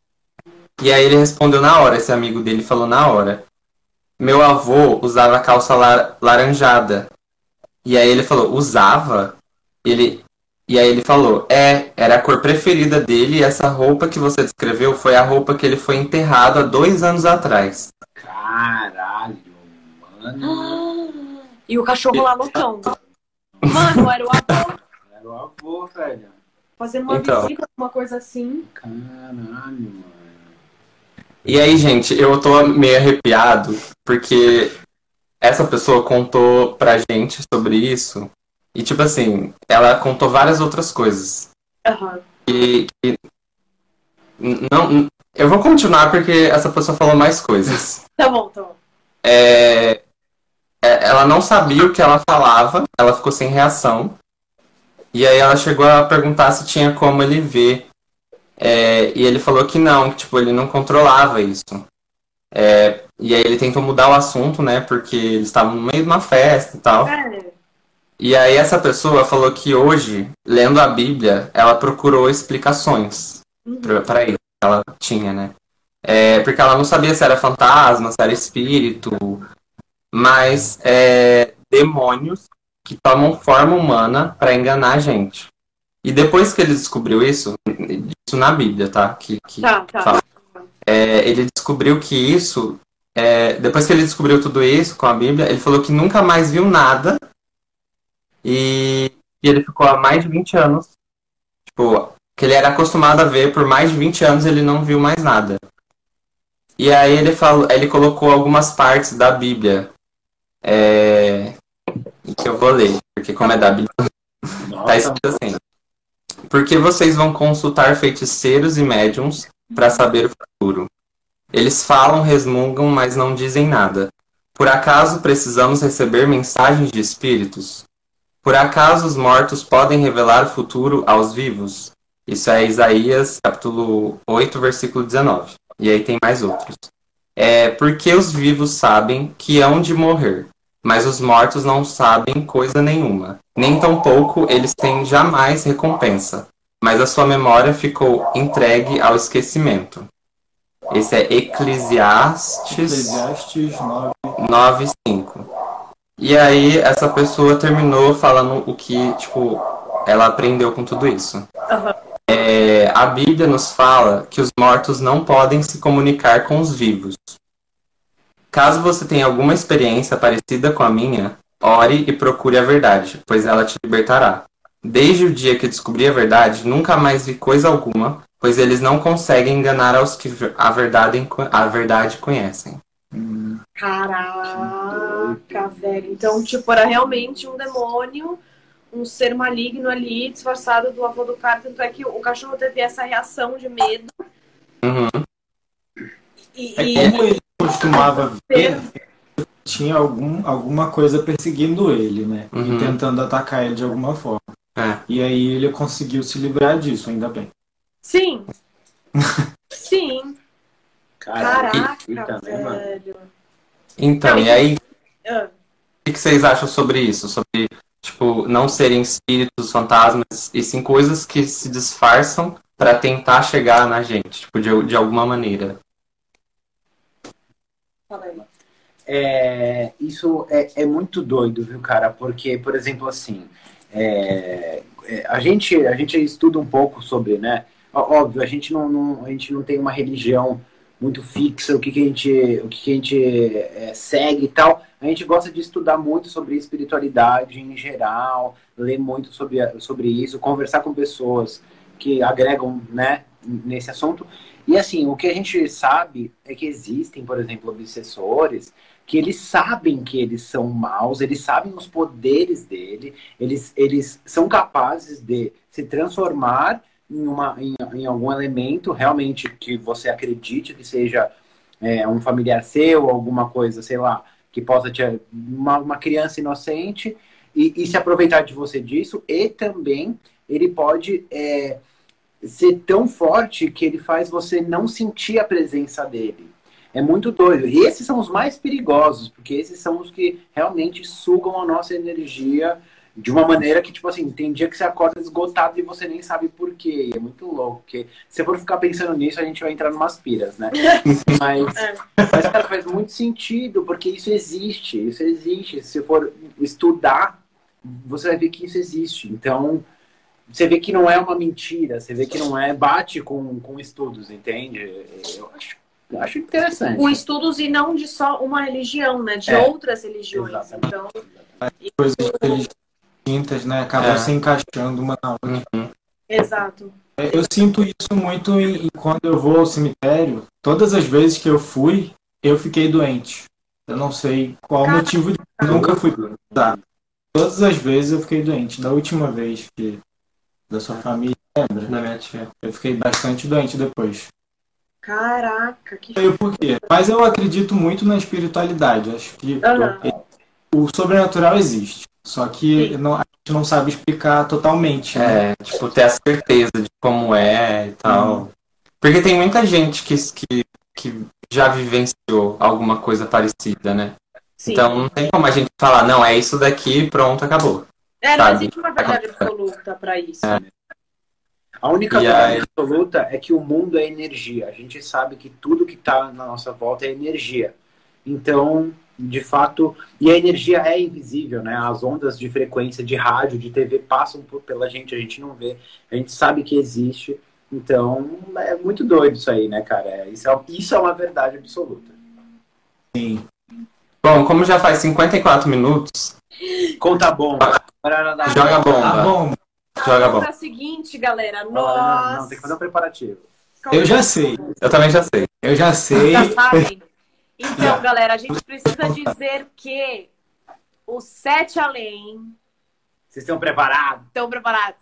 E aí ele respondeu na hora, esse amigo dele falou na hora. Meu avô usava calça laranjada. E aí ele falou, usava? E aí ele falou, era a cor preferida dele e essa roupa que você descreveu foi a roupa que ele foi enterrado há 2 anos atrás. Caralho, mano. E o cachorro lá loucão. Mano, era o avô. Era o avô, velho. Fazendo uma Então. visita, uma coisa assim. Caralho, mano. E aí, gente, eu tô meio arrepiado, porque essa pessoa contou pra gente sobre isso. E, tipo assim, ela contou várias outras coisas. Aham. Não, eu vou continuar porque essa pessoa falou mais coisas. Tá bom, tá bom. Ela não sabia o que ela falava, ela ficou sem reação. E aí ela chegou a perguntar se tinha como ele ver. E ele falou que não, que tipo, ele não controlava isso. E aí ele tentou mudar o assunto, né? Porque eles estavam no meio de uma festa e tal. E aí essa pessoa falou que hoje, lendo a Bíblia, ela procurou explicações para isso que ela tinha, né? Porque ela não sabia se era fantasma, se era espírito, mas demônios que tomam forma humana para enganar a gente. E depois que ele descobriu isso na Bíblia, tá? Tá. Fala. Ele descobriu que isso, depois que ele descobriu tudo isso com a Bíblia, ele falou que nunca mais viu nada. E ele ficou há mais de 20 anos, tipo, que ele era acostumado a ver, por mais de 20 anos ele não viu mais nada. E aí ele colocou algumas partes da Bíblia, que eu vou ler, porque como é da Bíblia, tá escrito assim: porque vocês vão consultar feiticeiros e médiums para saber o futuro. Eles falam, resmungam, mas não dizem nada. Por acaso precisamos receber mensagens de espíritos? Por acaso os mortos podem revelar o futuro aos vivos? Isso é Isaías, capítulo 8, versículo 19. E aí tem mais outros. Porque os vivos sabem que hão de morrer, mas os mortos não sabem coisa nenhuma. Nem tampouco eles têm jamais recompensa, mas a sua memória ficou entregue ao esquecimento. Esse é Eclesiastes 9:5. E aí essa pessoa terminou falando o que, tipo, ela aprendeu com tudo isso. Uhum. A Bíblia nos fala que os mortos não podem se comunicar com os vivos. Caso você tenha alguma experiência parecida com a minha, ore e procure a verdade, pois ela te libertará. Desde o dia que descobri a verdade, nunca mais vi coisa alguma, pois eles não conseguem enganar aos que a verdade conhecem. Caraca, velho. Então, tipo, era realmente um demônio, um ser maligno ali, disfarçado do avô do cara. Tanto é que o cachorro teve essa reação de medo. Uhum. Como ele costumava ver, tinha alguma coisa perseguindo ele, né? Uhum. E tentando atacar ele de alguma forma. E aí ele conseguiu se livrar disso, ainda bem. Sim. Sim. Caraca, né, velho. Então, e aí, Ah. o que vocês acham sobre isso? Sobre, tipo, não serem espíritos, fantasmas, e sim coisas que se disfarçam para tentar chegar na gente, tipo, de alguma maneira. Fala aí. Isso é muito doido, viu, cara? Porque, por exemplo, assim, a gente estuda um pouco sobre, né? Óbvio, a gente não tem uma religião muito fixa, o que a gente segue e tal. A gente gosta de estudar muito sobre espiritualidade em geral, ler muito sobre isso, conversar com pessoas que agregam, né, nesse assunto. E assim, o que a gente sabe é que existem, por exemplo, obsessores que eles sabem que eles são maus, eles sabem os poderes dele, eles são capazes de se transformar em algum elemento realmente que você acredite que seja um familiar seu, alguma coisa, sei lá, que possa ter uma criança inocente e se aproveitar de você disso, e também ele pode ser tão forte que ele faz você não sentir a presença dele. É muito doido. E esses são os mais perigosos, porque esses são os que realmente sugam a nossa energia de uma maneira que, tipo assim, tem dia que você acorda esgotado e você nem sabe por quê. É muito louco, porque se for ficar pensando nisso, a gente vai entrar numas piras, né? Mas cara, faz muito sentido, porque isso existe. Se for estudar, você vai ver que isso existe. Então, você vê que não é uma mentira, você vê que não bate com estudos, entende? Eu acho interessante. Com estudos e não de só uma religião, né? De outras religiões. Exatamente. Então, Coisas distintas, né? Acabam se encaixando uma na outra. exato. Eu sinto isso muito quando eu vou ao cemitério. Todas as vezes que eu fui, eu fiquei doente. Eu não sei qual o motivo. Nunca fui. Tá. Todas as vezes eu fiquei doente. Da última vez que da sua família, lembra? Da minha tia. Eu fiquei bastante doente depois. Caraca, que Não sei por quê. Mas eu acredito muito na espiritualidade. Acho que o sobrenatural existe. Só que a gente não sabe explicar totalmente. Né? Tipo, ter a certeza de como é e tal. Porque tem muita gente que já vivenciou alguma coisa parecida, né? Sim. Então não tem como a gente falar, não, é isso daqui, pronto, acabou. Não existe uma verdade absoluta pra isso. A única verdade absoluta é que o mundo é energia. A gente sabe que tudo que está na nossa volta é energia. Então, de fato, e a energia é invisível, né? As ondas de frequência de rádio, de TV passam pela gente, a gente não vê. A gente sabe que existe. Então, é muito doido isso aí, né, cara? Isso é uma verdade absoluta. Sim. Bom, como já faz 54 minutos... Conta a bomba. Joga a bomba. Tá bom. Joga a bomba. É o seguinte, galera. Não, tem que fazer um preparativo. Eu já sei. Eu também já sei. Eu já sei. Já sabem? Então, galera, a gente precisa dizer que o 7 além... Vocês estão preparados? Estão preparados?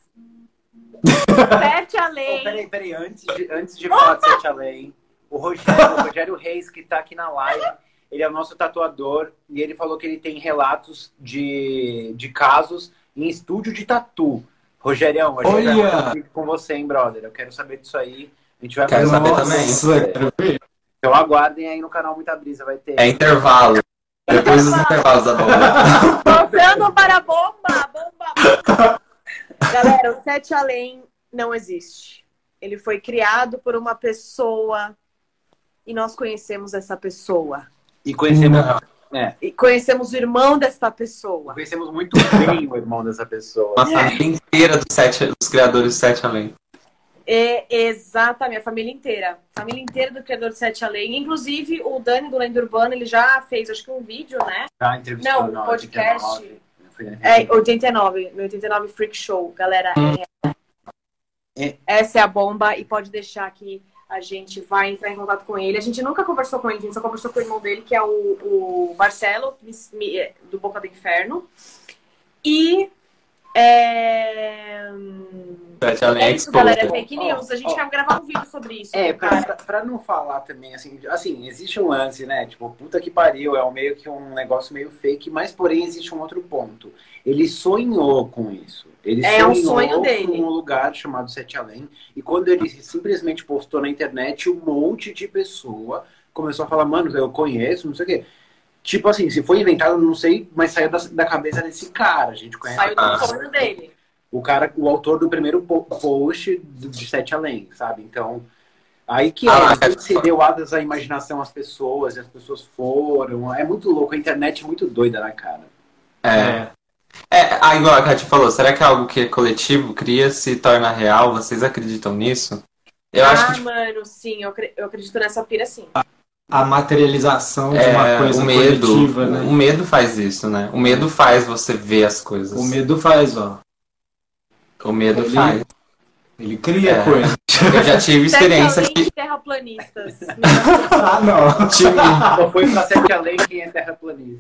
7 além... Peraí. Antes de falar de 7 além, o Rogério Reis, que tá aqui na live, Ele é o nosso tatuador e ele falou que ele tem relatos de casos em estúdio de tatu. Rogerião, a gente vai fazer um vídeo com você, hein, brother? Eu quero saber disso aí. A gente vai Quero fazer saber também. Então aguardem aí no canal Muita Brisa, vai ter. É intervalo. Depois dos intervalos da bomba. Voltando para a bomba. Galera, o Sete Além não existe. Ele foi criado por uma pessoa e nós conhecemos essa pessoa. E conhecemos... E conhecemos o irmão dessa pessoa. Conhecemos muito bem o irmão dessa pessoa. Uma família inteira dos criadores do Sete Além. Exatamente, a família inteira. Família inteira do criador do Sete Além. Inclusive, o Dani do Lenda Urbana, ele já fez, acho que um vídeo, né? Entrevistou um podcast. 89. No 89 Freak Show. Galera, essa é a bomba e pode deixar que a gente vai entrar em contato com ele. A gente nunca conversou com ele, a gente só conversou com o irmão dele, que é o Marcelo, do Boca do Inferno. E... Sete Além é isso, galera, é fake news. A gente vai gravar um vídeo sobre isso. Pra não falar também, assim, existe um lance, né? Tipo, puta que pariu, é meio que um negócio meio fake, mas porém existe um outro ponto. Ele sonhou com isso. Ele sonhou um sonho dele. Com um lugar chamado Sete Além, e quando ele simplesmente postou na internet, um monte de pessoa começou a falar, mano, eu conheço, não sei o quê. Tipo assim, se foi inventado, eu não sei, mas saiu da cabeça desse cara. A gente conhece. Saiu do sonho dele. O autor do primeiro post de Sete Além, sabe? Então, aí que se deu asas à imaginação às pessoas, e as pessoas foram. É muito louco, a internet é muito doida, né, cara? Igual a Kátia falou, será que é algo que é coletivo, cria, se torna real? Vocês acreditam nisso? Eu acho que, mano, sim, eu acredito nessa pira, sim. A materialização de uma coisa coletiva, né? O medo faz isso, né? O medo faz você ver as coisas. O medo faz, ó. O medo faz. Ele cria coisa. Eu já tive experiência aqui. Terraplanistas. Não. Não foi pra Sete Além quem é terraplanista.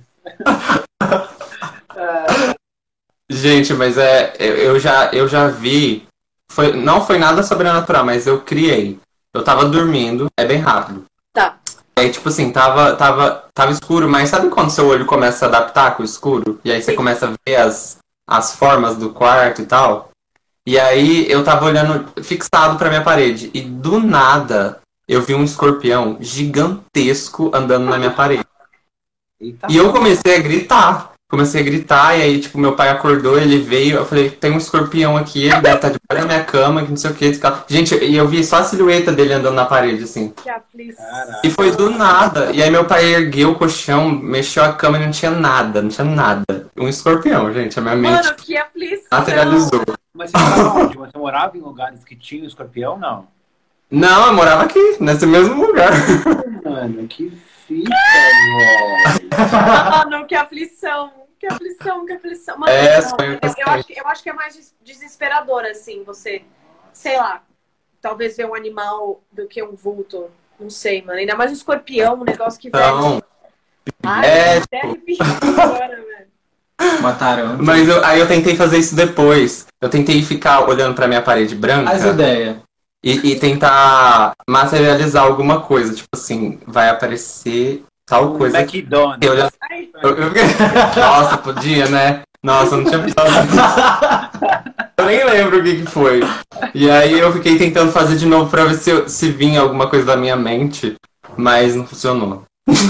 Gente, mas eu já vi. Não foi nada sobrenatural, mas eu criei. Eu tava dormindo, é bem rápido. Tá. Aí, tipo assim, tava escuro, mas sabe quando seu olho começa a adaptar com o escuro? E aí você começa a ver as formas do quarto e tal? E aí eu tava olhando fixado pra minha parede. E do nada eu vi um escorpião gigantesco andando na minha parede. Eita. E eu comecei a gritar. E aí, tipo, meu pai acordou, ele veio, eu falei, tem um escorpião aqui, ele deve estar debaixo da minha cama, que não sei o que. Gente, e eu vi só a silhueta dele andando na parede, assim. Que aflição. E foi do nada. E aí meu pai ergueu o colchão, mexeu a cama e não tinha nada. Um escorpião, gente, a minha mente Mano, que aflição. materializou. Mas você morava onde? Você morava em lugares que tinha escorpião, não? Não, eu morava aqui, nesse mesmo lugar. Mano, que fita, velho. Mano, que aflição. Mano, eu acho que é mais desesperador, assim, você, sei lá, talvez ver um animal do que um vulto. Não sei, mano. Ainda mais um escorpião, um negócio que Não. até arrepiou agora, velho. Mataram. Mas aí eu tentei fazer isso depois. Eu tentei ficar olhando pra minha parede branca. As ideias. E tentar materializar alguma coisa. Tipo assim, vai aparecer tal coisa. McDonald's. Nossa, podia, né? Nossa, eu não tinha pensado nisso. Eu nem lembro o que foi. E aí eu fiquei tentando fazer de novo pra ver se vinha alguma coisa da minha mente. Mas não funcionou.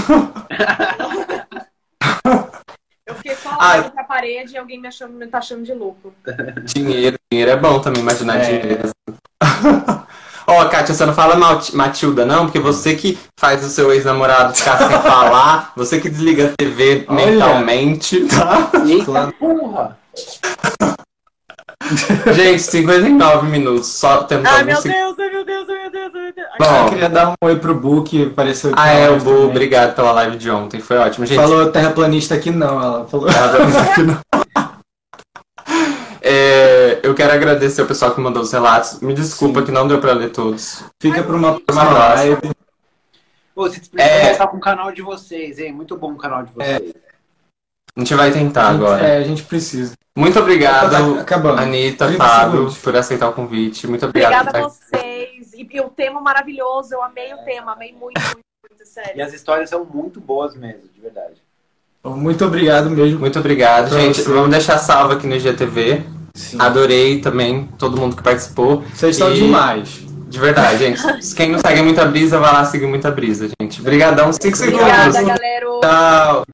Eu fiquei só olhando pra parede e alguém me tá achando de louco. Dinheiro é bom também, imaginar dinheiro. Ó, Kátia, você não fala Matilda, não? Porque você que faz o seu ex-namorado ficar sem falar, você que desliga a TV mentalmente, tá? Eita porra! Gente, 59 minutos, só temos meu Deus. Bom, eu queria dar um oi pro Bu, que apareceu aqui. O Bu, obrigado pela live de ontem, foi ótimo. Gente, falou terraplanista aqui não, ela falou. Terraplanista aqui não. Eu quero agradecer o pessoal que mandou os relatos. Me desculpa que não deu pra ler todos. Fica pra uma live. Vocês precisam começar com o canal de vocês, hein? Muito bom o canal de vocês. A gente vai tentar agora. A gente precisa. Muito obrigado, acabando. Anitta, Fábio, por aceitar o convite. Muito obrigado. Obrigada a vocês. E o tema maravilhoso, eu amei o tema, amei muito. muito, sério. E as histórias são muito boas mesmo, de verdade. Muito obrigado mesmo. Muito obrigado, gente. Vamos deixar salvo aqui no IGTV. Sim. Adorei também todo mundo que participou. Vocês estão demais. De verdade, gente. Quem não segue Muita Brisa, vai lá seguir Muita Brisa, gente. Obrigadão, 5 segundos. Obrigada, galera. Tchau.